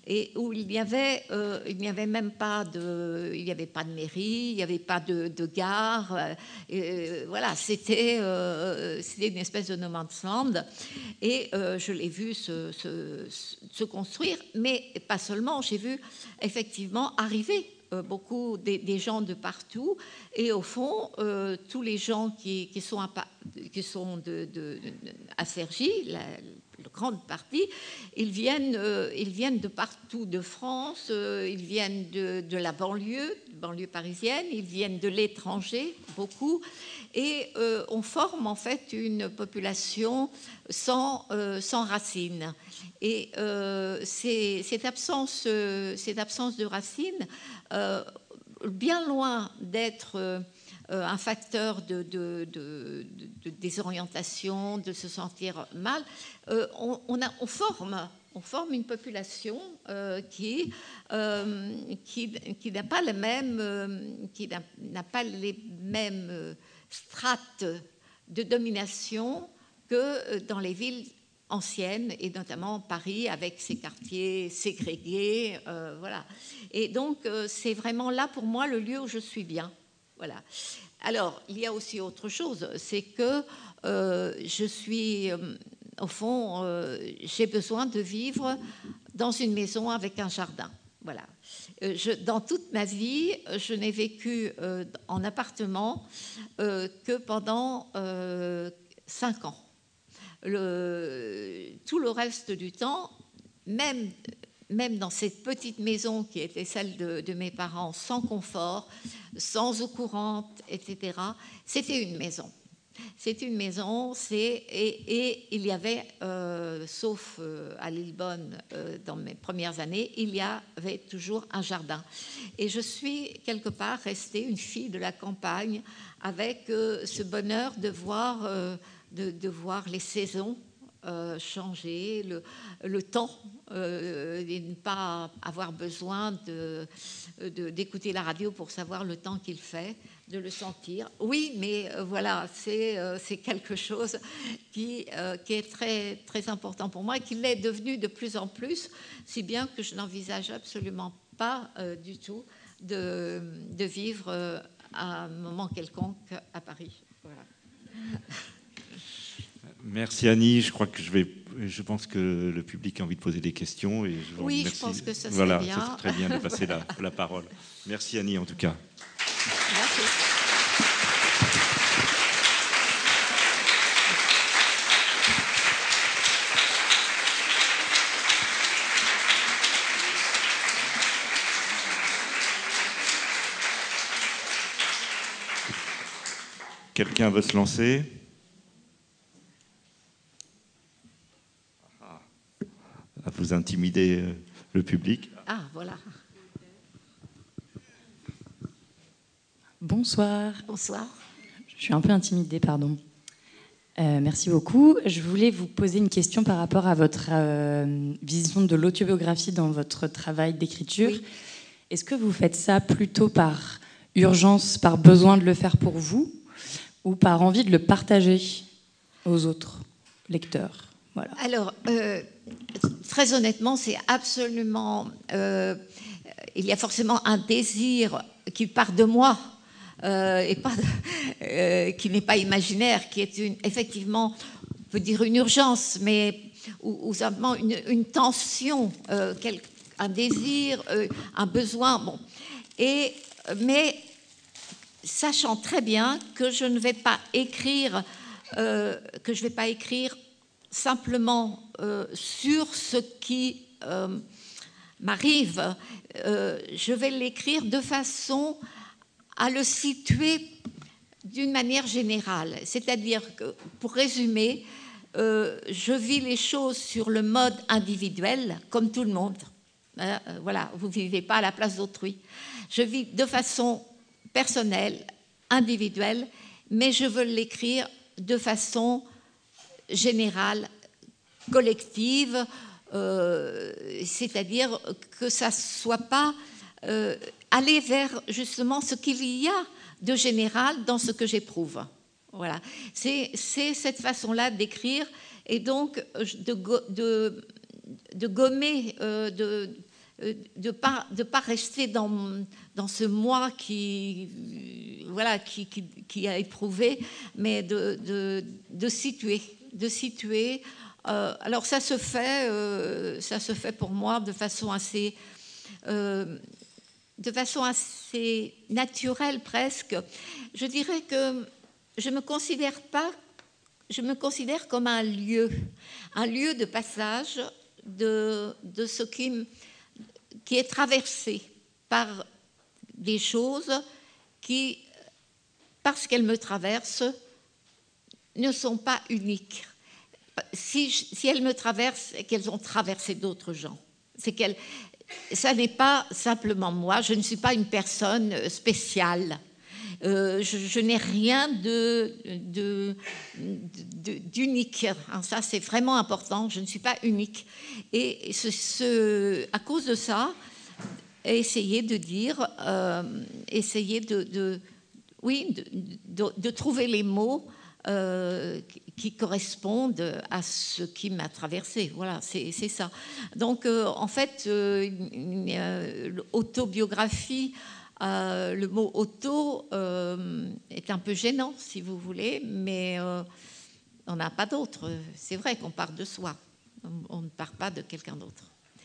et où il n'y avait, euh, il n'y avait même pas de, il n'y avait pas de mairie, il n'y avait pas de, de gare. Euh, et, voilà, c'était, euh, c'était une espèce de no man's land. Et euh, je l'ai vu se, se, se construire, mais pas seulement. J'ai vu effectivement arriver euh, beaucoup des, des gens de partout. Et au fond, euh, tous les gens qui, qui sont, à, qui sont de, de, de, à Cergy, la, la grande partie, ils viennent, euh, ils viennent de partout de France, euh, ils viennent de, de la banlieue, banlieue parisienne, ils viennent de l'étranger, beaucoup, et euh, on forme en fait une population sans, euh, sans racines. Et euh, c'est, cette, absence, euh, cette absence de racines, euh, bien loin d'être euh, un facteur de, de, de, de désorientation, de se sentir mal, euh, on, on, a, on, forme, on forme une population euh, qui, euh, qui, qui n'a pas les mêmes, euh, qui n'a, n'a pas les mêmes strates de domination que dans les villes anciennes, et notamment Paris, avec ses quartiers ségrégés. Euh, voilà. Et donc, euh, c'est vraiment là, pour moi, le lieu où je suis bien. Voilà. Alors, il y a aussi autre chose, c'est que euh, je suis, euh, au fond, euh, j'ai besoin de vivre dans une maison avec un jardin. Voilà. Euh, je, dans toute ma vie, je n'ai vécu euh, en appartement euh, que pendant euh, cinq ans. Le, tout le reste du temps, même, même dans cette petite maison qui était celle de, de mes parents, sans confort, sans eau courante, et cetera, c'était une maison. C'est une maison, c'est, et, et il y avait, euh, sauf euh, à Lillebonne, euh, dans mes premières années, il y avait toujours un jardin. Et je suis quelque part restée une fille de la campagne avec euh, ce bonheur de voir... Euh, De, de voir les saisons euh, changer, le, le temps, euh, et ne pas avoir besoin de, de, d'écouter la radio pour savoir le temps qu'il fait, de le sentir. Oui, mais euh, voilà, c'est, euh, c'est quelque chose qui, euh, qui est très, très important pour moi et qui l'est devenu de plus en plus, si bien que je n'envisage absolument pas euh, du tout de, de vivre euh, à un moment quelconque à Paris. Voilà. Merci Annie, je crois que je vais, je pense que le public a envie de poser des questions et je vous oui, remercie. Je pense que ça serait voilà, bien. ça serait très bien de passer la, la parole. Merci Annie en tout cas. Merci. Quelqu'un veut se lancer ? À vous intimider euh, le public. Ah, voilà. Bonsoir. Bonsoir. Je suis un peu intimidée, pardon. Euh, merci beaucoup. Je voulais vous poser une question par rapport à votre euh, vision de l'autobiographie dans votre travail d'écriture. Oui. Est-ce que vous faites ça plutôt par urgence, par besoin de le faire pour vous, ou par envie de le partager aux autres lecteurs ? Voilà. Alors, euh, très honnêtement, c'est absolument... Euh, il y a forcément un désir qui part de moi, euh, et pas de, euh, qui n'est pas imaginaire, qui est une, effectivement, on peut dire une urgence, mais ou, ou simplement une, une tension, euh, quel, un désir, euh, un besoin. Bon. Et, mais sachant très bien que je ne vais pas écrire, euh, que je ne vais pas écrire simplement euh, sur ce qui euh, m'arrive, euh, je vais l'écrire de façon à le situer d'une manière générale. C'est-à-dire que, pour résumer, euh, je vis les choses sur le mode individuel, comme tout le monde. Euh, voilà, vous ne vivez pas à la place d'autrui. Je vis de façon personnelle, individuelle, mais je veux l'écrire de façon générale, collective, euh, c'est-à-dire que ça ne soit pas euh, aller vers justement ce qu'il y a de général dans ce que j'éprouve. Voilà. C'est, c'est cette façon-là d'écrire et donc de, de, de gommer, euh, de, de pas de pas rester dans dans ce moi qui voilà qui, qui, qui a éprouvé, mais de de, de situer de situer euh, alors ça se fait euh, ça se fait pour moi de façon assez euh, de façon assez naturelle presque. Je dirais que je me considère pas je me considère comme un lieu un lieu de passage de de ce qui qui est traversée par des choses qui, parce qu'elles me traversent, ne sont pas uniques. Si, si elles me traversent, c'est qu'elles ont traversé d'autres gens. C'est qu'elles, ça n'est pas simplement moi, je ne suis pas une personne spéciale. Euh, je, je n'ai rien de, de, de, d'unique. Alors ça, c'est vraiment important. Je ne suis pas unique. Et ce, ce, à cause de ça, essayer de dire, euh, essayer de, de oui, de, de, de trouver les mots euh, qui correspondent à ce qui m'a traversé. Voilà, c'est, c'est ça. Donc, euh, en fait, euh, une, une autobiographie. Euh, le mot auto euh, est un peu gênant, si vous voulez, mais euh, on n'a pas d'autre. C'est vrai qu'on part de soi. On, on ne part pas de quelqu'un d'autre.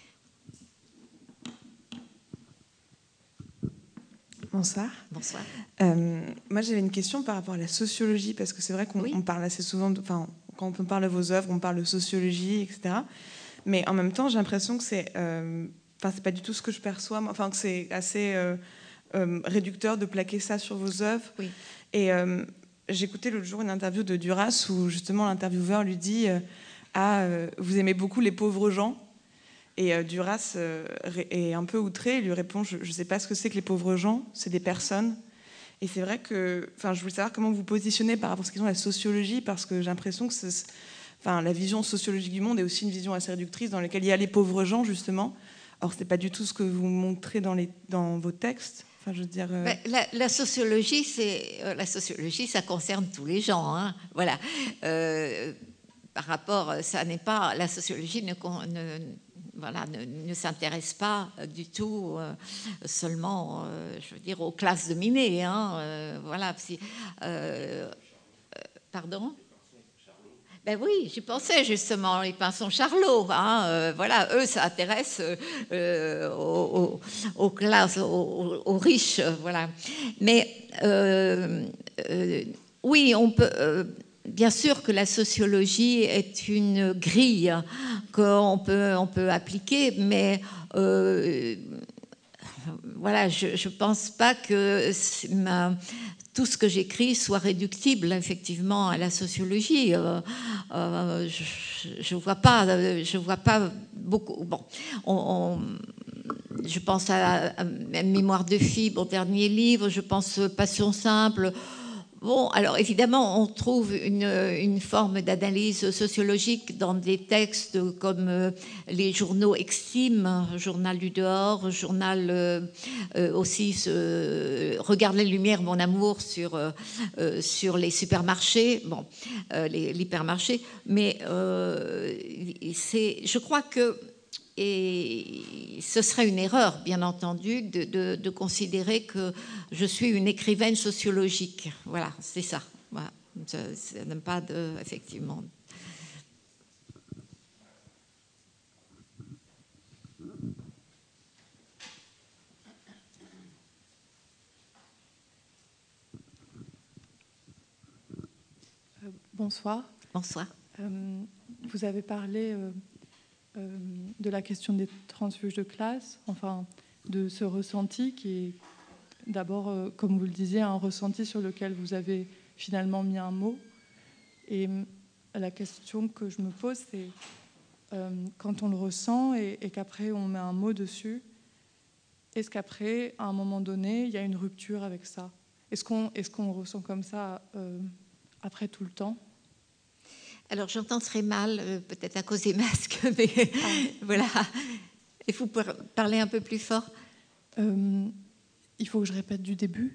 Bonsoir. Bonsoir. Euh, moi, j'avais une question par rapport à la sociologie, parce que c'est vrai qu'on oui. on parle assez souvent, de, enfin, quand on parle de vos œuvres, on parle de sociologie, et cetera. Mais en même temps, j'ai l'impression que c'est, euh, enfin, c'est pas du tout ce que je perçois, enfin, que c'est assez euh, euh, réducteur de plaquer ça sur vos œuvres. Oui. Et euh, j'écoutais l'autre jour une interview de Duras où justement l'intervieweur lui dit euh, ah, euh, vous aimez beaucoup les pauvres gens. Et euh, Duras euh, est un peu outré, il lui répond je ne sais pas ce que c'est que les pauvres gens, c'est des personnes. Et c'est vrai que, enfin, je voulais savoir comment vous vous positionnez par rapport à ce question de la sociologie, parce que j'ai l'impression que c'est, enfin, la vision sociologique du monde est aussi une vision assez réductrice dans laquelle il y a les pauvres gens justement. Or, c'est pas du tout ce que vous montrez dans, les, dans vos textes. Enfin, je veux dire, euh... ben, la, la sociologie, c'est euh, la sociologie, ça concerne tous les gens. Hein, voilà. Euh, par rapport, ça n'est pas la sociologie ne, ne voilà, ne, ne s'intéresse pas du tout euh, seulement, euh, je veux dire, aux classes dominées. Hein, euh, voilà. Si, euh, pardon. Ben oui, j'y pensais justement, les pinsons Charlot. Hein, euh, voilà, eux, ça intéresse euh, aux, aux, aux classes, aux, aux riches. Voilà. Mais euh, euh, oui, on peut. Euh, bien sûr que la sociologie est une grille qu'on peut, on peut appliquer, mais euh, voilà, je ne pense pas que ma, tout ce que j'écris soit réductible effectivement à la sociologie. Euh, euh, je ne vois pas, je vois pas beaucoup. Bon, on, on, je pense à, à Mémoire de fille, mon dernier livre. Je pense Passion simple. Bon, alors évidemment, on trouve une, une forme d'analyse sociologique dans des textes comme euh, les journaux Extime, Journal du dehors, Journal euh, euh, aussi euh, Regarde la lumière, mon amour, sur, euh, sur les supermarchés, bon, euh, les, l'hypermarché. Mais euh, c'est, je crois que et ce serait une erreur, bien entendu, de, de, de considérer que je suis une écrivaine sociologique. Voilà, c'est ça. Voilà. Ça, ça n'a pas de... Effectivement. Euh, bonsoir. Bonsoir. Euh, vous avez parlé... Euh, Euh, de la question des transfuges de classe, enfin de ce ressenti qui est d'abord, euh, comme vous le disiez, un ressenti sur lequel vous avez finalement mis un mot. Et euh, la question que je me pose, c'est euh, quand on le ressent et, et qu'après on met un mot dessus, est-ce qu'après, à un moment donné, il y a une rupture avec ça ? Est-ce qu'on, est-ce qu'on ressent comme ça euh, après tout le temps ? Alors, j'entends très mal, euh, peut-être à cause des masques, mais ah. Voilà. Il faut parler un peu plus fort. Euh, il faut que je répète du début.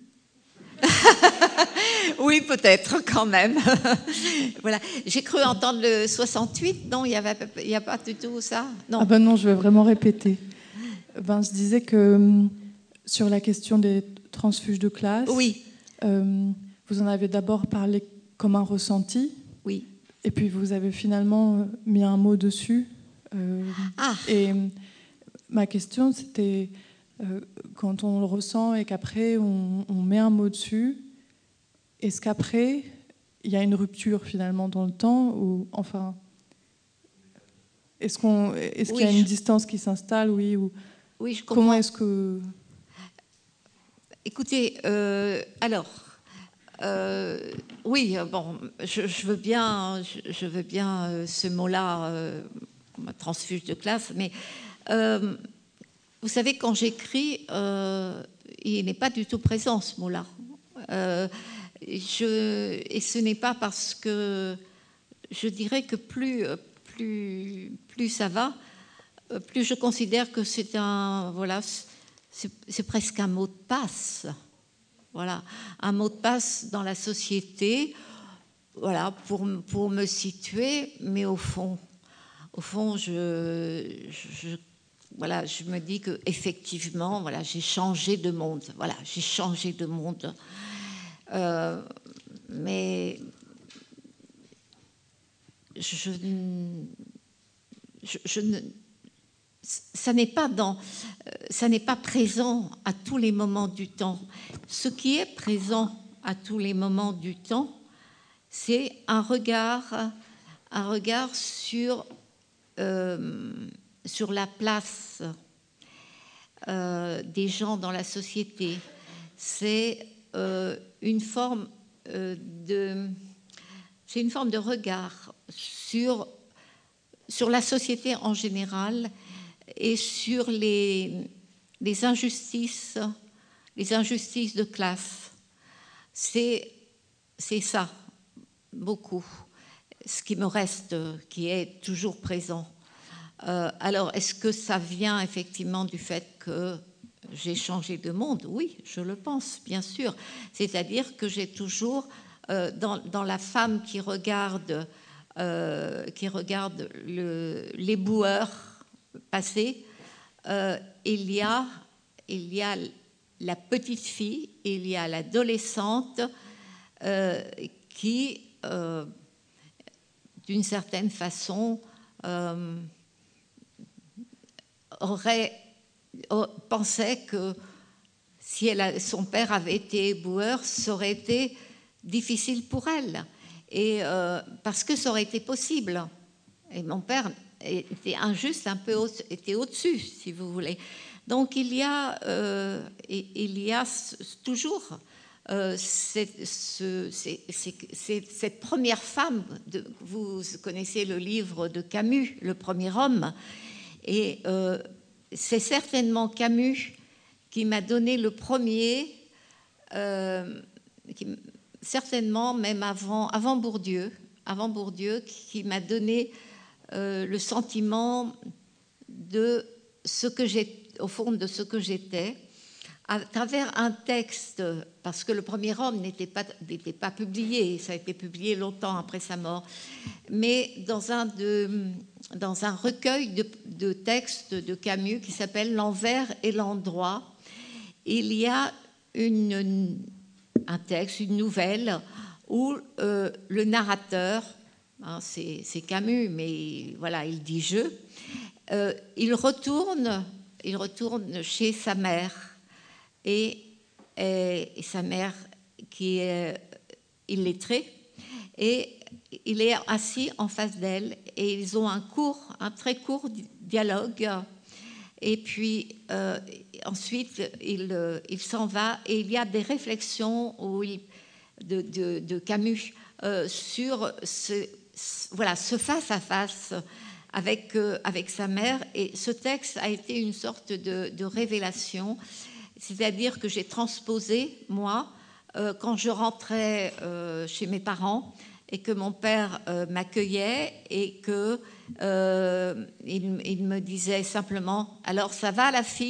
Oui, peut-être, quand même. Voilà. J'ai cru entendre le soixante-huit. Non, il n'y avait, il n'y a pas du tout ça. Non. Ah ben non, je vais vraiment répéter. Vince disait que sur la question des transfuges de classe, Oui, euh, vous en avez d'abord parlé comme un ressenti, oui. et puis vous avez finalement mis un mot dessus. Euh, Ah, et ma question, c'était euh, quand on le ressent et qu'après on, on met un mot dessus, est-ce qu'après il y a une rupture finalement dans le temps, ou enfin, est-ce qu'on, est-ce Oui, qu'il y a une je- distance qui s'installe, oui, ou oui, je comment comprends. est-ce que Écoutez, euh, alors, euh, oui, euh, bon, je, je veux bien, je, je veux bien euh, ce mot-là, euh, transfuge de classe, mais euh, vous savez, quand j'écris, euh, il n'est pas du tout présent ce mot-là. Euh, je, et ce n'est pas parce que je dirais que plus, plus, plus ça va, plus je considère que c'est un, voilà, c'est, c'est presque un mot de passe. Voilà, un mot de passe dans la société, voilà, pour, pour me situer, mais au fond, au fond, je, je, voilà, je me dis que effectivement, voilà, j'ai changé de monde, voilà, j'ai changé de monde, euh, mais je, je, je ne, ça n'est pas dans, ça n'est pas présent à tous les moments du temps. Ce qui est présent à tous les moments du temps, c'est un regard, un regard sur, euh, sur la place euh, des gens dans la société. C'est euh, une forme euh, de, c'est une forme de regard sur, sur la société en général et sur les, les injustices, les injustices de classe. C'est, c'est ça, beaucoup, ce qui me reste, qui est toujours présent. Euh, alors, est-ce que ça vient effectivement du fait que j'ai changé de monde? Oui, je le pense, bien sûr. C'est-à-dire que j'ai toujours, euh, dans, dans la femme qui regarde, euh, qui regarde le, les boueurs passés, euh, il y a, il y a la petite fille, il y a l'adolescente euh, qui, euh, d'une certaine façon, euh, aurait pensait que si elle a, son père avait été éboueur, ça aurait été difficile pour elle, et euh, parce que ça aurait été possible. Et mon père était injuste, un peu au, était au-dessus, si vous voulez. Donc il y a, euh, il y a toujours euh, cette, ce, c'est, c'est, c'est, cette première femme. De, vous connaissez le livre de Camus, Le Premier Homme, et euh, c'est certainement Camus qui m'a donné le premier, euh, qui, certainement même avant, avant Bourdieu, avant Bourdieu, qui m'a donné euh, le sentiment de ce que j'ai, au fond de ce que j'étais, à travers un texte, parce que Le Premier Homme n'était pas, n'était pas publié, ça a été publié longtemps après sa mort, mais dans un, de, dans un recueil de, de textes de Camus qui s'appelle L'envers et l'endroit. Il y a une, un texte, une nouvelle, où euh, le narrateur, hein, c'est, c'est Camus, mais voilà, il dit je, euh, il retourne, il retourne chez sa mère, et, et, et sa mère qui est illettrée, et il est assis en face d'elle, et ils ont un court, un très court dialogue. Et puis euh, ensuite, il, il s'en va, et il y a des réflexions où il, de, de, de Camus euh, sur ce, voilà, ce face-à-face avec, euh, avec sa mère. Et ce texte a été une sorte de, de révélation, c'est-à-dire que j'ai transposé, moi, euh, quand je rentrais euh, chez mes parents, et que mon père euh, m'accueillait, et que euh, il, il me disait simplement « Alors, ça va, la fille ?»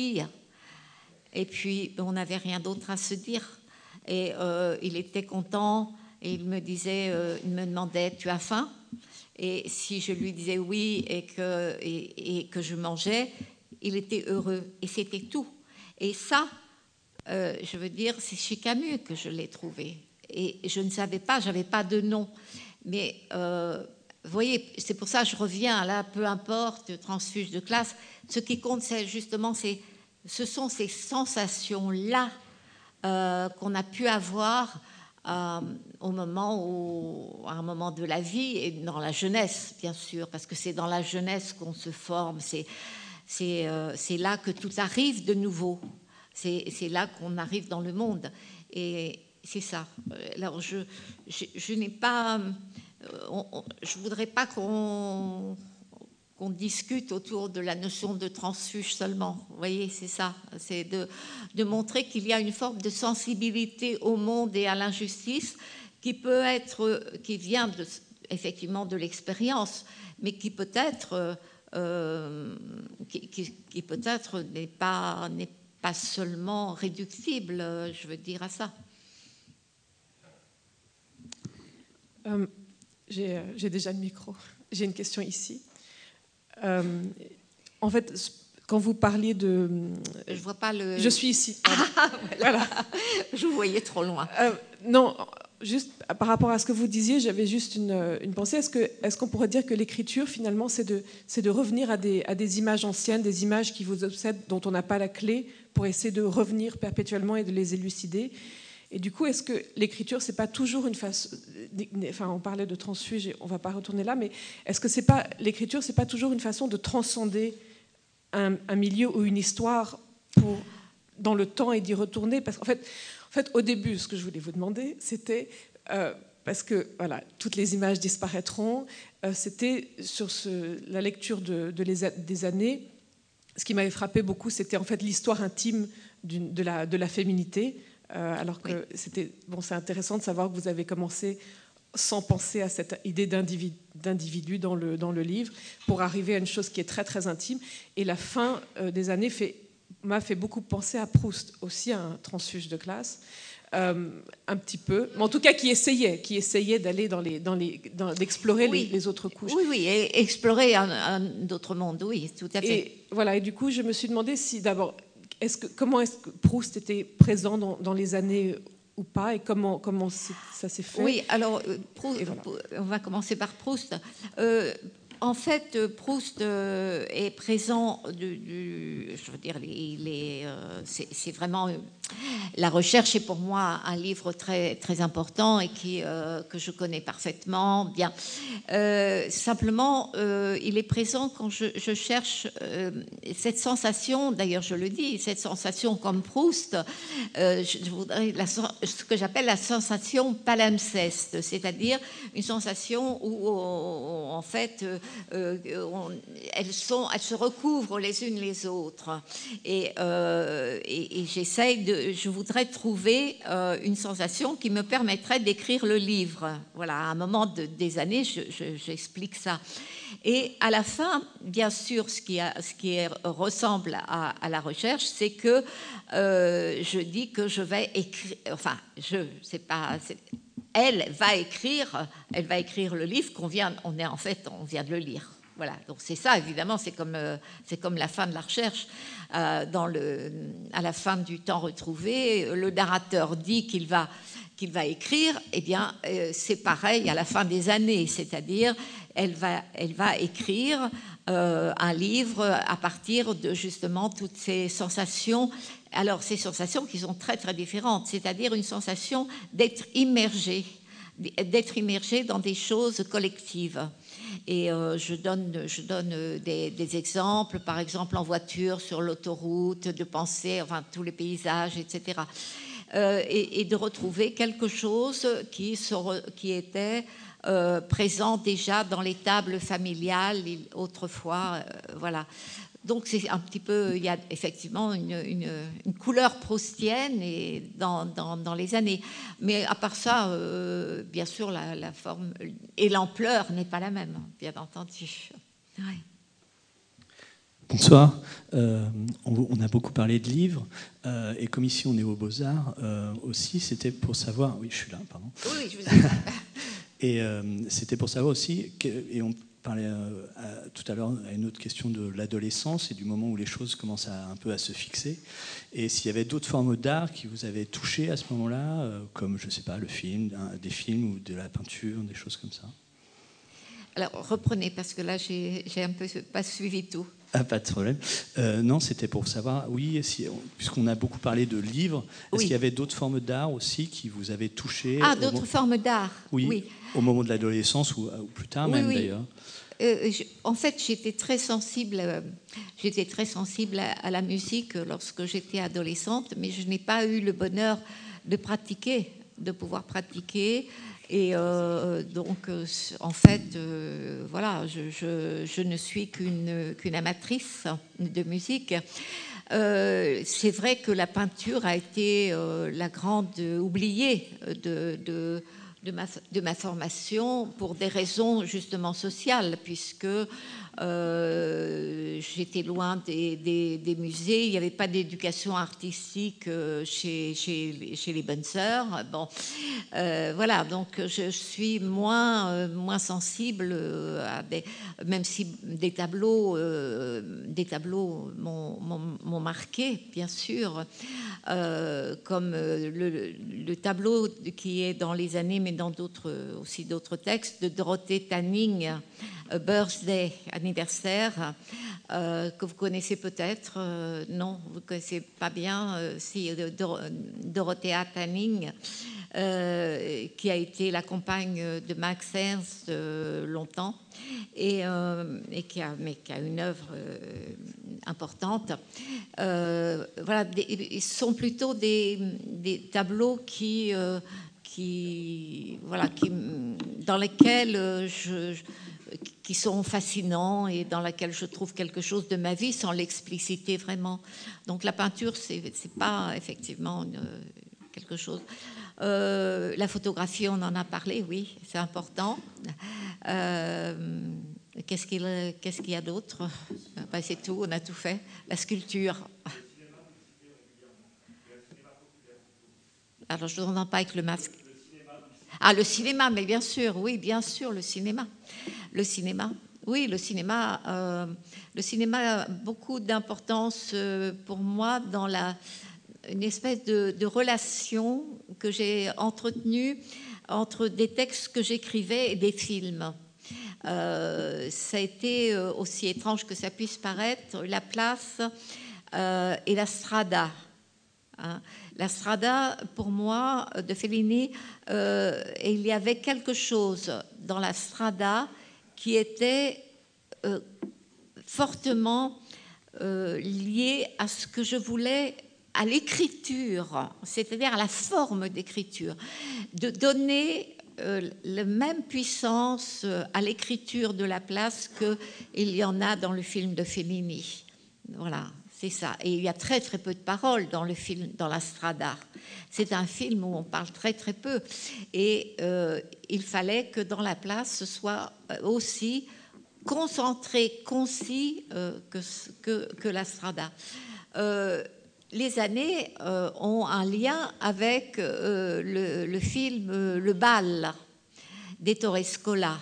Et puis, on n'avait rien d'autre à se dire. Et euh, il était content, et il me disait, euh, il me demandait « Tu as faim ?» Et si je lui disais oui, et que, et, et que je mangeais, il était heureux, et c'était tout. Et ça, euh, je veux dire, c'est chez Camus que je l'ai trouvé. Et je ne savais pas, je n'avais pas de nom. Mais euh, vous voyez, c'est pour ça que je reviens là, peu importe, transfuge de classe. Ce qui compte, c'est justement, c'est, ce sont ces sensations-là euh, qu'on a pu avoir euh, au moment où, à un moment de la vie, et dans la jeunesse, bien sûr, parce que c'est dans la jeunesse qu'on se forme, c'est, c'est, euh, c'est là que tout arrive de nouveau, c'est, c'est là qu'on arrive dans le monde. Et c'est ça. Alors, je, je, je n'ai pas... On, on, je ne voudrais pas qu'on, qu'on discute autour de la notion de transfuge seulement. Vous voyez, c'est ça. C'est de, de montrer qu'il y a une forme de sensibilité au monde et à l'injustice qui peut être, qui vient de, effectivement de l'expérience, mais qui peut-être, euh, qui, qui, qui peut-être n'est pas, n'est pas seulement réductible, je veux dire, à ça. Euh, j'ai, j'ai déjà le micro. J'ai une question ici. Euh, en fait, quand vous parliez de... Je vois pas le... Je suis ici. Ah, voilà. Voilà. Je vous voyais trop loin. Euh, non, juste par rapport à ce que vous disiez, j'avais juste une, une pensée. Est-ce, que, est-ce qu'on pourrait dire que l'écriture, finalement, c'est de, c'est de revenir à des, à des images anciennes, des images qui vous obsèdent, dont on n'a pas la clé, pour essayer de revenir perpétuellement et de les élucider? Et du coup, est-ce que l'écriture, c'est pas toujours une façon... Enfin, on parlait de transfuge, et on va pas retourner là, mais est-ce que c'est pas l'écriture, c'est pas toujours une façon de transcender un, un milieu ou une histoire pour, dans le temps et d'y retourner? Parce qu'en fait, en fait, au début, ce que je voulais vous demander, c'était... Euh, parce que voilà, toutes les images disparaîtront, euh, c'était sur ce, la lecture de, de les, des années, ce qui m'avait frappé beaucoup, c'était en fait l'histoire intime d'une, de, la, de la féminité. Euh, alors que oui. c'était, bon, c'est intéressant de savoir que vous avez commencé sans penser à cette idée d'individu, d'individu dans, le, dans le livre, pour arriver à une chose qui est très très intime. Et la fin euh, des années fait, m'a fait beaucoup penser à Proust, aussi un transfuge de classe, euh, un petit peu, mais en tout cas qui essayait, qui essayait d'aller dans les, dans les, dans, d'explorer oui. les, les autres couches. Oui, oui, et explorer un, un d'autres mondes, oui, tout à fait. Et voilà, et du coup, je me suis demandé si d'abord... Est-ce que, comment est-ce que Proust était présent dans, dans les années ou pas, et comment, comment ça s'est fait? Oui, alors, Proust, voilà. On va commencer par Proust. Euh, en fait, Proust euh, est présent, du, du, je veux dire, il est, euh, c'est, c'est vraiment... La recherche est pour moi un livre très, très important et qui, euh, que je connais parfaitement bien. Euh, simplement, euh, il est présent quand je, je cherche euh, cette sensation, d'ailleurs je le dis, cette sensation comme Proust, euh, je, je voudrais la, ce que j'appelle la sensation palimpseste, c'est-à-dire une sensation où, où en fait, euh, on, elles, sont, elles se recouvrent les unes les autres. Et, euh, et, et j'essaye de... Je voudrais trouver euh, une sensation qui me permettrait d'écrire le livre. Voilà, à un moment de, des années, je, je, j'explique ça. Et à la fin, bien sûr, ce qui, a, ce qui est, ressemble à, à la recherche, c'est que euh, je dis que je vais écrire... Enfin, je sais pas... C'est, elle va écrire, elle va écrire le livre qu'on vient... On est en fait, on vient de le lire. Voilà, donc c'est ça, évidemment, c'est comme, euh, c'est comme la fin de la recherche. Euh, dans le, à la fin du temps retrouvé, le narrateur dit qu'il va, qu'il va écrire, eh bien, euh, c'est pareil à la fin des années, c'est-à-dire, elle va, elle va écrire euh, un livre à partir de, justement, toutes ces sensations. Alors, ces sensations qui sont très, très différentes, c'est-à-dire une sensation d'être immergé, d'être immergé dans des choses collectives. Et euh, je donne, je donne des, des exemples, par exemple en voiture, sur l'autoroute, de penser, enfin tous les paysages, et cetera. Euh, et, et de retrouver quelque chose qui, se, qui était euh, présent déjà dans les tables familiales autrefois. Euh, voilà. Donc c'est un petit peu, il y a effectivement une, une, une couleur proustienne et dans, dans, dans les années. Mais à part ça, euh, bien sûr, la, la forme et l'ampleur n'est pas la même, bien entendu. Ouais. Bonsoir. Euh, on, on a beaucoup parlé de livres euh, et comme ici on est aux Beaux-Arts euh, aussi, c'était pour savoir... Oui, je suis là, pardon. Oui, je vous ai... Et euh, c'était pour savoir aussi, que, et on, parlé euh, à, tout à l'heure à une autre question de l'adolescence et du moment où les choses commencent à, un peu à se fixer. Et s'il y avait d'autres formes d'art qui vous avaient touché à ce moment-là, euh, comme, je ne sais pas, le film, un, des films ou de la peinture, des choses comme ça. Alors, reprenez, parce que là, j'ai, j'ai un peu pas suivi tout. Ah, pas de problème. Euh, non, c'était pour savoir, oui, si, puisqu'on a beaucoup parlé de livres, est-ce oui. qu'il y avait d'autres formes d'art aussi qui vous avaient touché? Ah, d'autres mo- formes d'art oui, oui. Au moment de l'adolescence ou, ou plus tard oui, même oui. d'ailleurs. Euh, je, en fait, j'étais très sensible, euh, j'étais très sensible à, à la musique lorsque j'étais adolescente, mais je n'ai pas eu le bonheur de pratiquer, de pouvoir pratiquer. Et euh, donc, euh, en fait, euh, voilà, je, je, je ne suis qu'une, qu'une amatrice de musique. Euh, c'est vrai que la peinture a été euh, la grande oubliée de, de, de, ma, de ma formation pour des raisons justement sociales, puisque Euh, j'étais loin des, des, des musées, il n'y avait pas d'éducation artistique chez, chez, chez les bonnes sœurs. Bon, euh, voilà, donc je suis moins, euh, moins sensible à des, même si des tableaux, euh, des tableaux m'ont, m'ont, m'ont marqué, bien sûr, euh, comme le, le tableau qui est dans les années, mais dans d'autres, aussi d'autres textes, de Dorothée Tanning, A Birthday, anniversaire, euh, que vous connaissez peut-être. Euh, non, vous ne connaissez pas bien. Euh, si, Dor- Dorothea Tanning, euh, qui a été la compagne de Max Ernst euh, longtemps, et, euh, et qui, a, mais qui a une œuvre euh, importante. Euh, voilà, des, ce sont plutôt des, des tableaux qui, euh, qui, voilà, qui, dans lesquels je, je qui sont fascinants et dans laquelle je trouve quelque chose de ma vie sans l'expliciter vraiment. Donc la peinture, c'est c'est pas effectivement une, quelque chose. Euh, la photographie, on en a parlé, oui, c'est important. Euh, qu'est-ce qu'il qu'est-ce qu'il y a d'autre? Ben, c'est tout, on a tout fait. La sculpture. Alors je ne vous entends pas avec le masque. Ah, le cinéma, mais bien sûr, oui, bien sûr, le cinéma. Le cinéma, oui, le cinéma, euh, le cinéma a beaucoup d'importance euh, pour moi dans la, une espèce de, de relation que j'ai entretenue entre des textes que j'écrivais et des films. Euh, ça a été euh, aussi étrange que ça puisse paraître, la place euh, et la strada. Hein. La strada, pour moi, de Fellini, euh, il y avait quelque chose dans la strada qui était euh, fortement euh, lié à ce que je voulais, à l'écriture, c'est-à-dire à la forme d'écriture, de donner euh, la même puissance à l'écriture de la place qu'il y en a dans le film de Fellini. Voilà. C'est ça. Et il y a très très peu de paroles dans le film, dans la strada. C'est un film où on parle très très peu. Et euh, il fallait que dans la place, ce soit aussi concentré, concis euh, que, que, que la strada. Euh, les années euh, ont un lien avec euh, le, le film euh, Le Bal d'Ettore Scola.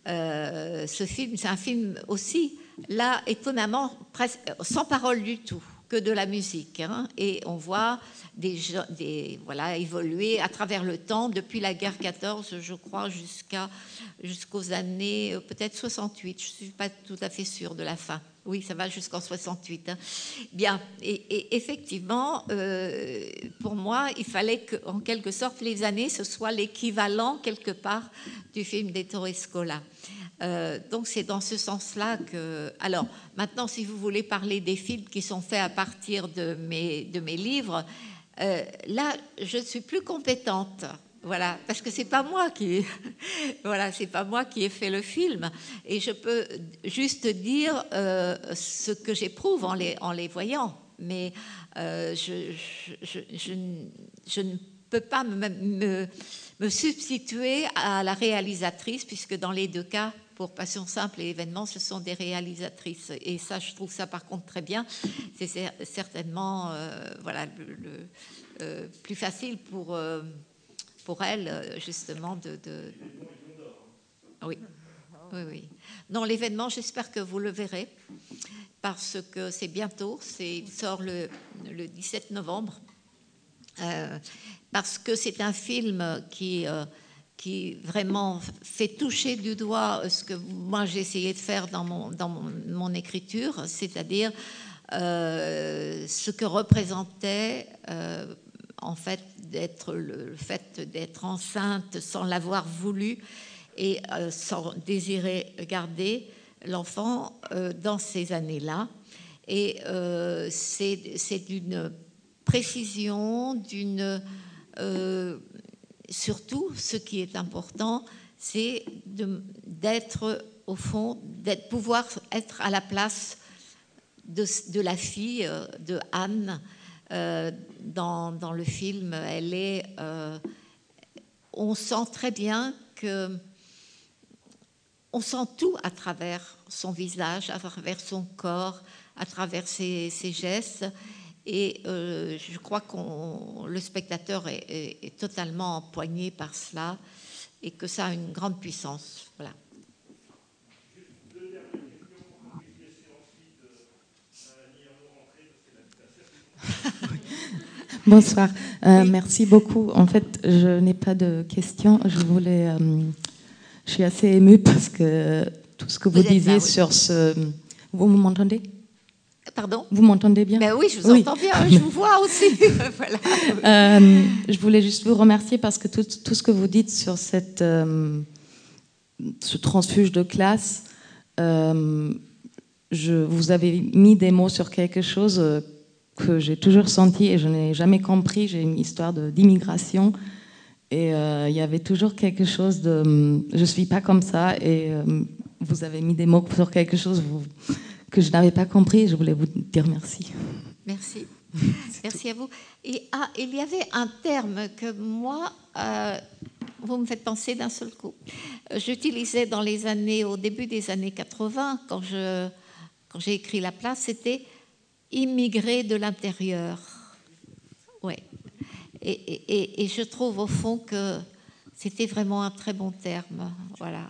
Euh, ce film, c'est un film aussi, là, étonnamment, presque, sans parole du tout, que de la musique. Hein, et on voit des, des, voilà, évoluer à travers le temps, depuis la guerre quatorze, je crois, jusqu'à, jusqu'aux années euh, peut-être soixante-huit. Je ne suis pas tout à fait sûre de la fin. Oui, ça va jusqu'en soixante-huit. Hein. Bien, et, et effectivement, euh, pour moi, il fallait qu'en quelque sorte, les années, ce soit l'équivalent, quelque part, du film d'Ettore Scola. Euh, donc c'est dans ce sens-là que... Alors, maintenant, si vous voulez parler des films qui sont faits à partir de mes, de mes livres, euh, là, je suis plus compétente. Voilà, parce que c'est pas moi qui, voilà, c'est pas moi qui ai fait le film, et je peux juste dire euh, ce que j'éprouve en les, en les voyant, mais euh, je, je, je, je, je ne peux pas me, me, me substituer à la réalisatrice, puisque dans les deux cas, pour Passion Simple et Événement, ce sont des réalisatrices, et ça, je trouve ça par contre très bien. C'est certainement, euh, voilà, le, le euh, plus facile pour euh, pour elle, justement, de... de... Oui. Oui, oui. Non, l'événement, j'espère que vous le verrez, parce que c'est bientôt, c'est, il sort le, le dix-sept novembre, euh, parce que c'est un film qui, euh, qui vraiment fait toucher du doigt ce que moi j'ai essayé de faire dans mon, dans mon, mon écriture, c'est-à-dire euh, ce que représentait euh, en fait d'être le, le fait d'être enceinte sans l'avoir voulu et euh, sans désirer garder l'enfant euh, dans ces années-là. Et euh, c'est, c'est d'une précision, d'une... Euh, surtout, ce qui est important, c'est de, d'être, au fond, d'être, pouvoir être à la place de, de la fille de Anne. Euh, dans, dans le film, elle est... Euh, on sent très bien que... On sent tout à travers son visage, à travers son corps, à travers ses, ses gestes. Et euh, je crois que le spectateur est, est, est totalement empoigné par cela et que ça a une grande puissance. Voilà. Bonsoir, euh, oui. Merci beaucoup. En fait, je n'ai pas de questions. Je voulais... Euh, je suis assez émue parce que tout ce que vous, vous disiez là, oui. sur ce... Vous m'entendez ? Pardon ? Vous m'entendez bien ? Ben oui, je vous oui. entends bien, je vous vois aussi. Voilà. euh, je voulais juste vous remercier parce que tout, tout ce que vous dites sur cette, euh, ce transfuge de classe, euh, je, vous avez mis des mots sur quelque chose que j'ai toujours senti et je n'ai jamais compris. J'ai une histoire de, d'immigration et euh, il y avait toujours quelque chose de... Je ne suis pas comme ça et euh, vous avez mis des mots sur quelque chose... Vous, que je n'avais pas compris, je voulais vous dire merci. Merci. Merci tout. À vous. Et ah, il y avait un terme que moi, euh, vous me faites penser d'un seul coup. J'utilisais dans les années, au début des années quatre-vingts, quand, je, quand j'ai écrit La Place, c'était immigré de l'intérieur. Ouais. Et, et, et je trouve au fond que c'était vraiment un très bon terme. Voilà.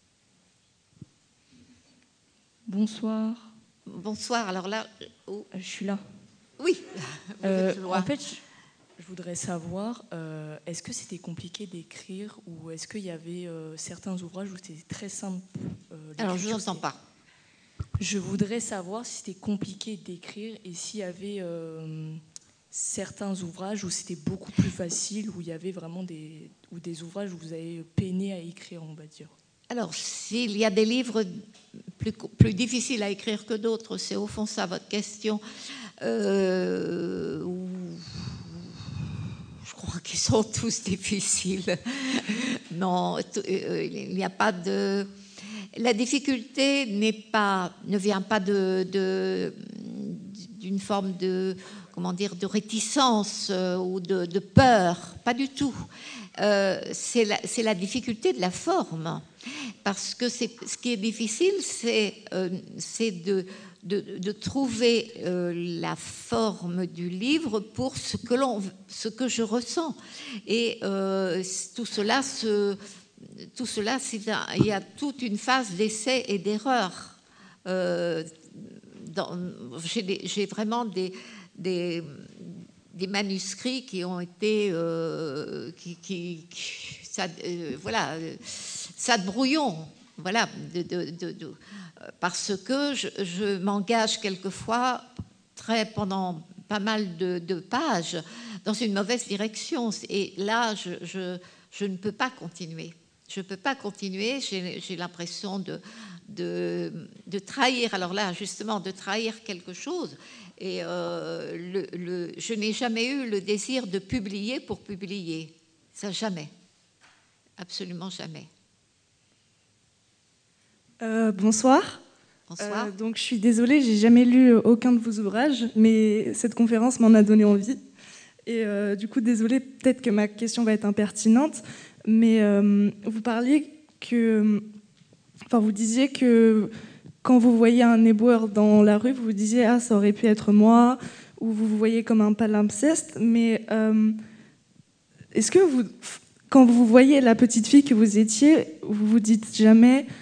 Bonsoir. Bonsoir. Alors là, oh. je suis là. Oui. Euh, en fait, je, je voudrais savoir, euh, est-ce que c'était compliqué d'écrire ou est-ce qu'il y avait euh, certains ouvrages où c'était très simple euh, Alors, je ne vous entends pas. Je voudrais savoir si c'était compliqué d'écrire et s'il y avait euh, certains ouvrages où c'était beaucoup plus facile, où il y avait vraiment des, ou des ouvrages où vous avez peiné à écrire, on va dire. Alors, s'il y a des livres plus, plus difficiles à écrire que d'autres, c'est au fond ça votre question. Euh, je crois qu'ils sont tous difficiles. Non, il n'y a pas de... La difficulté n'est pas, ne vient pas de, de, d'une forme de, comment dire, de réticence ou de, de peur, pas du tout. Euh, c'est, la, c'est la difficulté de la forme. Parce que c'est, ce qui est difficile, c'est, euh, c'est de, de, de trouver euh, la forme du livre pour ce que, l'on, ce que je ressens. Et euh, tout cela, se, tout cela c'est un, il y a toute une phase d'essai et d'erreur. Euh, dans, j'ai, des, j'ai vraiment des... des des manuscrits qui ont été euh, qui, qui, qui ça, euh, voilà ça de brouillon voilà de, de, de, de, parce que je, je m'engage quelquefois très pendant pas mal de, de pages dans une mauvaise direction et là je, je, je ne peux pas continuer je peux pas continuer j'ai, j'ai l'impression de, de de trahir alors là justement de trahir quelque chose. Et euh, le, le, je n'ai jamais eu le désir de publier pour publier. Ça, jamais. Absolument jamais. Euh, bonsoir. Bonsoir. Euh, donc, je suis désolée, j'ai jamais lu aucun de vos ouvrages, mais cette conférence m'en a donné envie. Et euh, du coup, désolée, peut-être que ma question va être impertinente, mais euh, vous parliez que... Enfin, vous disiez que... Quand vous voyez un éboueur dans la rue, vous vous disiez « Ah, ça aurait pu être moi », ou vous vous voyez comme un palimpseste. Mais euh, est-ce que vous, quand vous voyez la petite fille que vous étiez, vous vous dites jamais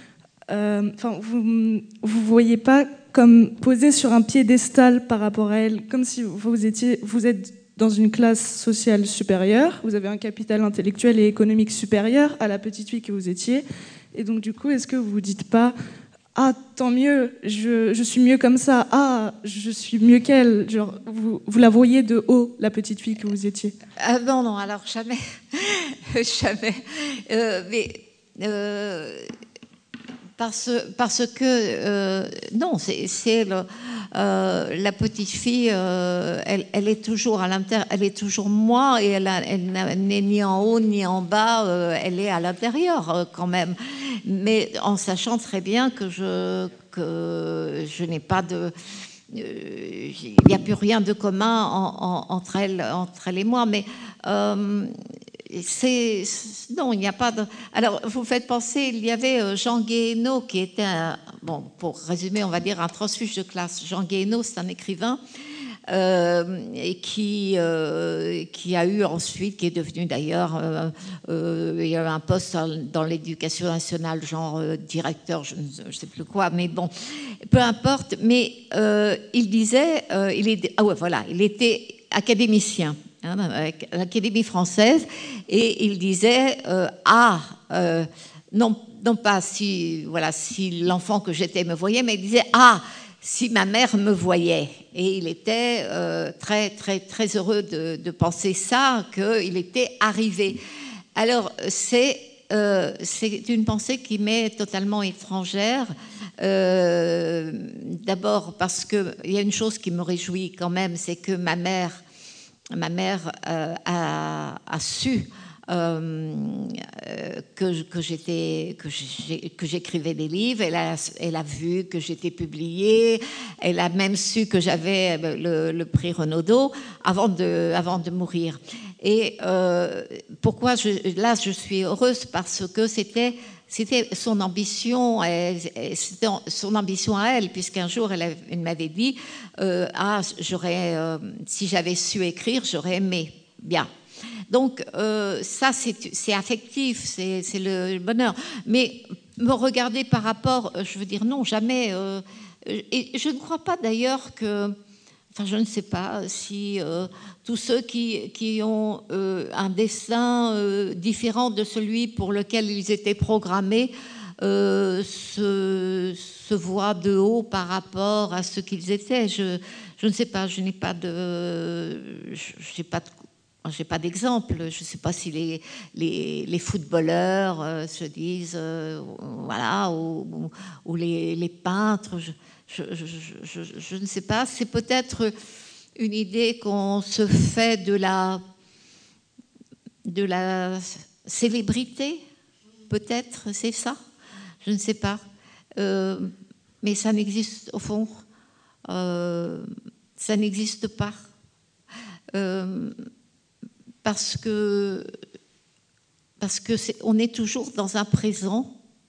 euh, enfin, vous ne vous voyez pas comme posé sur un piédestal par rapport à elle, comme si vous, étiez, vous êtes dans une classe sociale supérieure, vous avez un capital intellectuel et économique supérieur à la petite fille que vous étiez. Et donc, du coup, est-ce que vous vous dites pas « Ah, tant mieux, je, je suis mieux comme ça. Ah, je suis mieux qu'elle. » Genre, vous, vous la voyez de haut, la petite fille que vous étiez. Ah non, non, alors jamais. Jamais. Euh, mais... Euh, Parce, parce que, euh, non, c'est, c'est le, euh, la petite fille, euh, elle, elle est toujours à l'intérieur, elle est toujours moi, et elle, a, elle n'est ni en haut ni en bas, euh, elle est à l'intérieur euh, quand même. Mais en sachant très bien que je, que je n'ai pas de... Euh, il n'y a plus rien de commun en, en, entre, elle, entre elle et moi, mais... Euh, C'est, non, il n'y a pas de... Alors, vous faites penser, il y avait Jean Guéhenno qui était, un, bon, pour résumer, on va dire un transfuge de classe. Jean Guéhenno, c'est un écrivain euh, et qui, euh, qui a eu ensuite, qui est devenu d'ailleurs, euh, euh, il y a eu un poste dans l'éducation nationale, genre euh, directeur, je ne sais plus quoi, mais bon, peu importe. Mais euh, il disait, euh, il est, ah ouais, voilà, il était académicien. Hein, avec l'Académie française, et il disait euh, ah euh, non non pas si voilà si l'enfant que j'étais me voyait, mais il disait ah si ma mère me voyait, et il était euh, très très très heureux de, de penser ça, qu'il était arrivé. Alors c'est euh, c'est une pensée qui m'est totalement étrangère. Euh, d'abord parce que il y a une chose qui me réjouit quand même, c'est que ma mère Ma mère euh, a, a su euh, que, que, j'étais, que, j'ai, que j'écrivais des livres. Elle a, elle a vu que j'étais publiée. Elle a même su que j'avais le, le prix Renaudot avant de, avant de mourir. Et euh, pourquoi je, là je suis heureuse, parce que c'était... C'était son ambition, c'était son ambition à elle, puisqu'un jour elle, elle m'avait dit euh, ah, j'aurais, euh, si j'avais su écrire, j'aurais aimé. Bien. Donc euh, ça, c'est, c'est affectif, c'est, c'est le bonheur. Mais me regarder par rapport, je veux dire non, jamais. Euh, et je ne crois pas d'ailleurs que. Enfin, je ne sais pas si euh, tous ceux qui, qui ont euh, un destin euh, différent de celui pour lequel ils étaient programmés euh, se, se voient de haut par rapport à ce qu'ils étaient. Je, je ne sais pas, je n'ai pas de, j'ai pas de, j'ai pas d'exemple. Je ne sais pas si les, les, les footballeurs euh, se disent, euh, voilà, ou, ou les, les peintres. Je, Je, je, je, je ne sais pas, c'est peut-être une idée qu'on se fait de la, de la célébrité, peut-être, c'est ça, je ne sais pas. Euh, mais ça n'existe, au fond, euh, ça n'existe pas. Euh, parce que, parce que c'est, on est toujours dans un présent.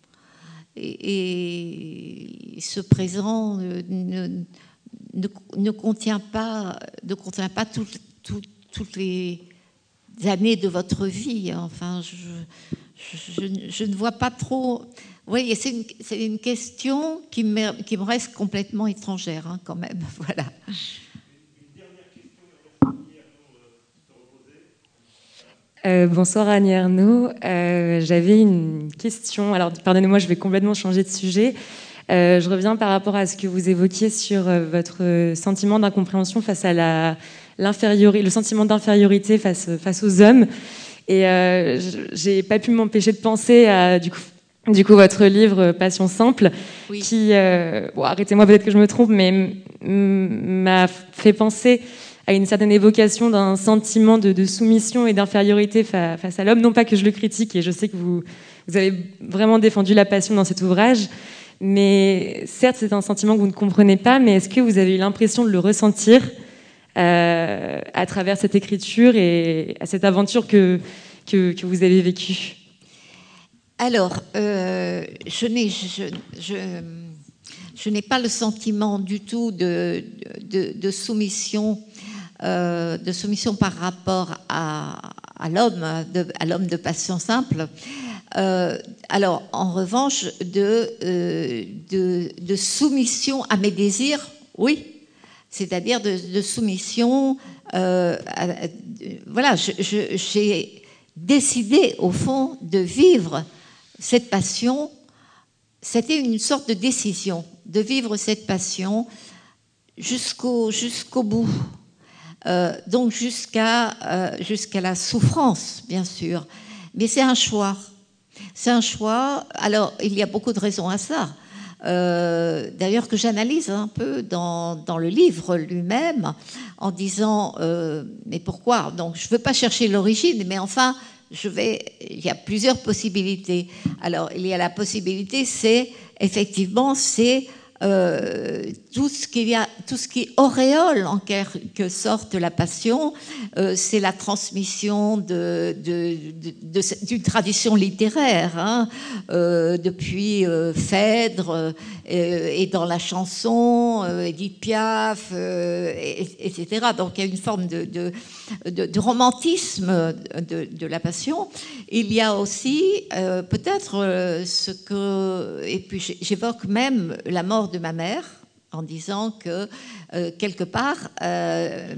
Et, et ce présent ne, ne, ne, ne contient pas, ne contient pas tout, tout, toutes les années de votre vie. Enfin, je, je, je ne vois pas trop. Vous voyez, c'est une, c'est une question qui me, qui me reste complètement étrangère, hein, quand même. Voilà. Euh, bonsoir Annie Ernaux. Euh, j'avais une question. Alors, pardonnez-moi, je vais complètement changer de sujet. Euh, je reviens par rapport à ce que vous évoquiez sur euh, votre sentiment d'incompréhension face à la, l'infériorité, le sentiment d'infériorité face, face aux hommes. Et euh, j'ai pas pu m'empêcher de penser à du coup, du coup votre livre Passion simple, oui. qui, euh, bon, arrêtez-moi peut-être que je me trompe, mais m- m'a fait penser à une certaine évocation d'un sentiment de, de soumission et d'infériorité fa, face à l'homme. Non pas que je le critique, et je sais que vous, vous avez vraiment défendu la passion dans cet ouvrage, mais certes, c'est un sentiment que vous ne comprenez pas, mais est-ce que vous avez eu l'impression de le ressentir euh, à travers cette écriture et à cette aventure que, que, que vous avez vécue ? Alors, euh, je n'ai... Je, je... Je n'ai pas le sentiment du tout de, de, de soumission, euh, de soumission par rapport à, à l'homme, de, à l'homme de passion simple. Euh, alors, en revanche, de, euh, de, de soumission à mes désirs, oui. C'est-à-dire de, de soumission. Euh, à, à, voilà, je, je, j'ai décidé, au fond, de vivre cette passion. C'était une sorte de décision, de vivre cette passion jusqu'au, jusqu'au bout. Euh, donc jusqu'à, euh, jusqu'à la souffrance, bien sûr. Mais c'est un choix. C'est un choix. Alors, il y a beaucoup de raisons à ça. Euh, d'ailleurs, que j'analyse un peu dans, dans le livre lui-même, en disant euh, mais pourquoi? Donc, je ne veux pas chercher l'origine, mais enfin, je vais. Il y a plusieurs possibilités. Alors, il y a la possibilité, c'est effectivement, c'est Euh, tout ce qui y a, tout ce qui auréole en quelque sorte la passion, euh, c'est la transmission de, de, de, de, d'une tradition littéraire, hein, euh, depuis euh, Phèdre euh, et dans la chanson, euh, Édith Piaf, euh, et, et cetera. Donc il y a une forme de, de, de, de romantisme de, de la passion. Il y a aussi euh, peut-être euh, ce que, et puis j'évoque même la mort de ma mère, en disant que euh, quelque part, euh,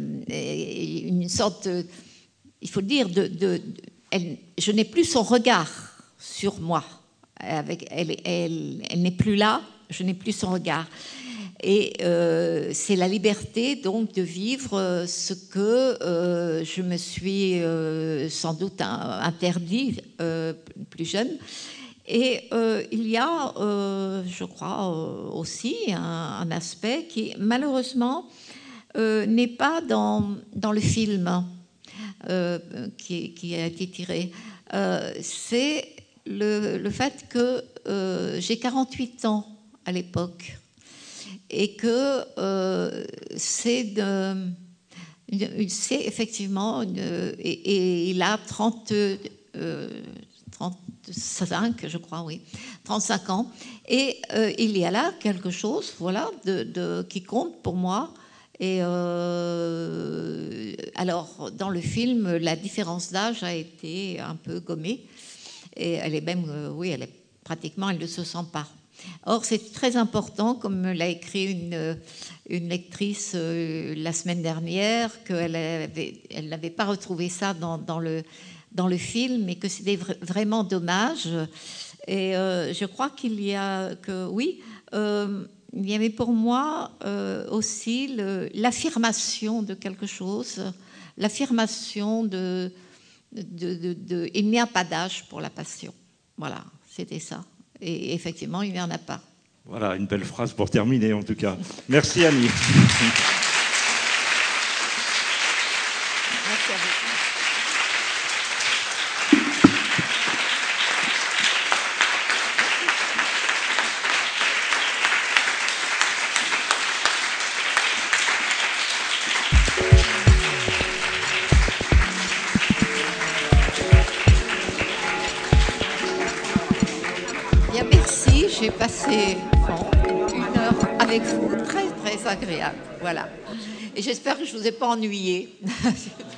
une sorte, de, il faut dire, de, de, de elle, je n'ai plus son regard sur moi. Avec, elle, elle, elle n'est plus là, je n'ai plus son regard. Et euh, c'est la liberté donc de vivre ce que euh, je me suis euh, sans doute interdit euh, plus jeune. Et euh, il y a, euh, je crois, euh, aussi un, un aspect qui, malheureusement, euh, n'est pas dans, dans le film euh, qui, qui a été tiré. Euh, c'est le, le fait que euh, j'ai quarante-huit ans à l'époque et que euh, c'est, de, c'est effectivement... Une, et, et il a trente... Euh, trente-cinq, je crois, oui, trente-cinq ans. Et euh, il y a là quelque chose, voilà, de, de, qui compte pour moi. Et euh, alors, dans le film, la différence d'âge a été un peu gommée. Et elle est même, euh, oui, elle est pratiquement, elle ne se sent pas. Or, c'est très important, comme me l'a écrit une, une lectrice euh, la semaine dernière, qu'elle avait, elle n'avait pas retrouvé ça dans, dans le dans le film, et que c'était vra- vraiment dommage. Et euh, je crois qu'il y a que, oui, euh, il y avait pour moi euh, aussi le, l'affirmation de quelque chose, l'affirmation de, de, de, de... Il n'y a pas d'âge pour la passion. Voilà, c'était ça. Et effectivement, il n'y en a pas. Voilà, une belle phrase pour terminer, en tout cas. Merci, Annie. Merci à vous. J'ai passé bon, une heure avec vous, très très agréable. Voilà. Et j'espère que je ne vous ai pas ennuyé.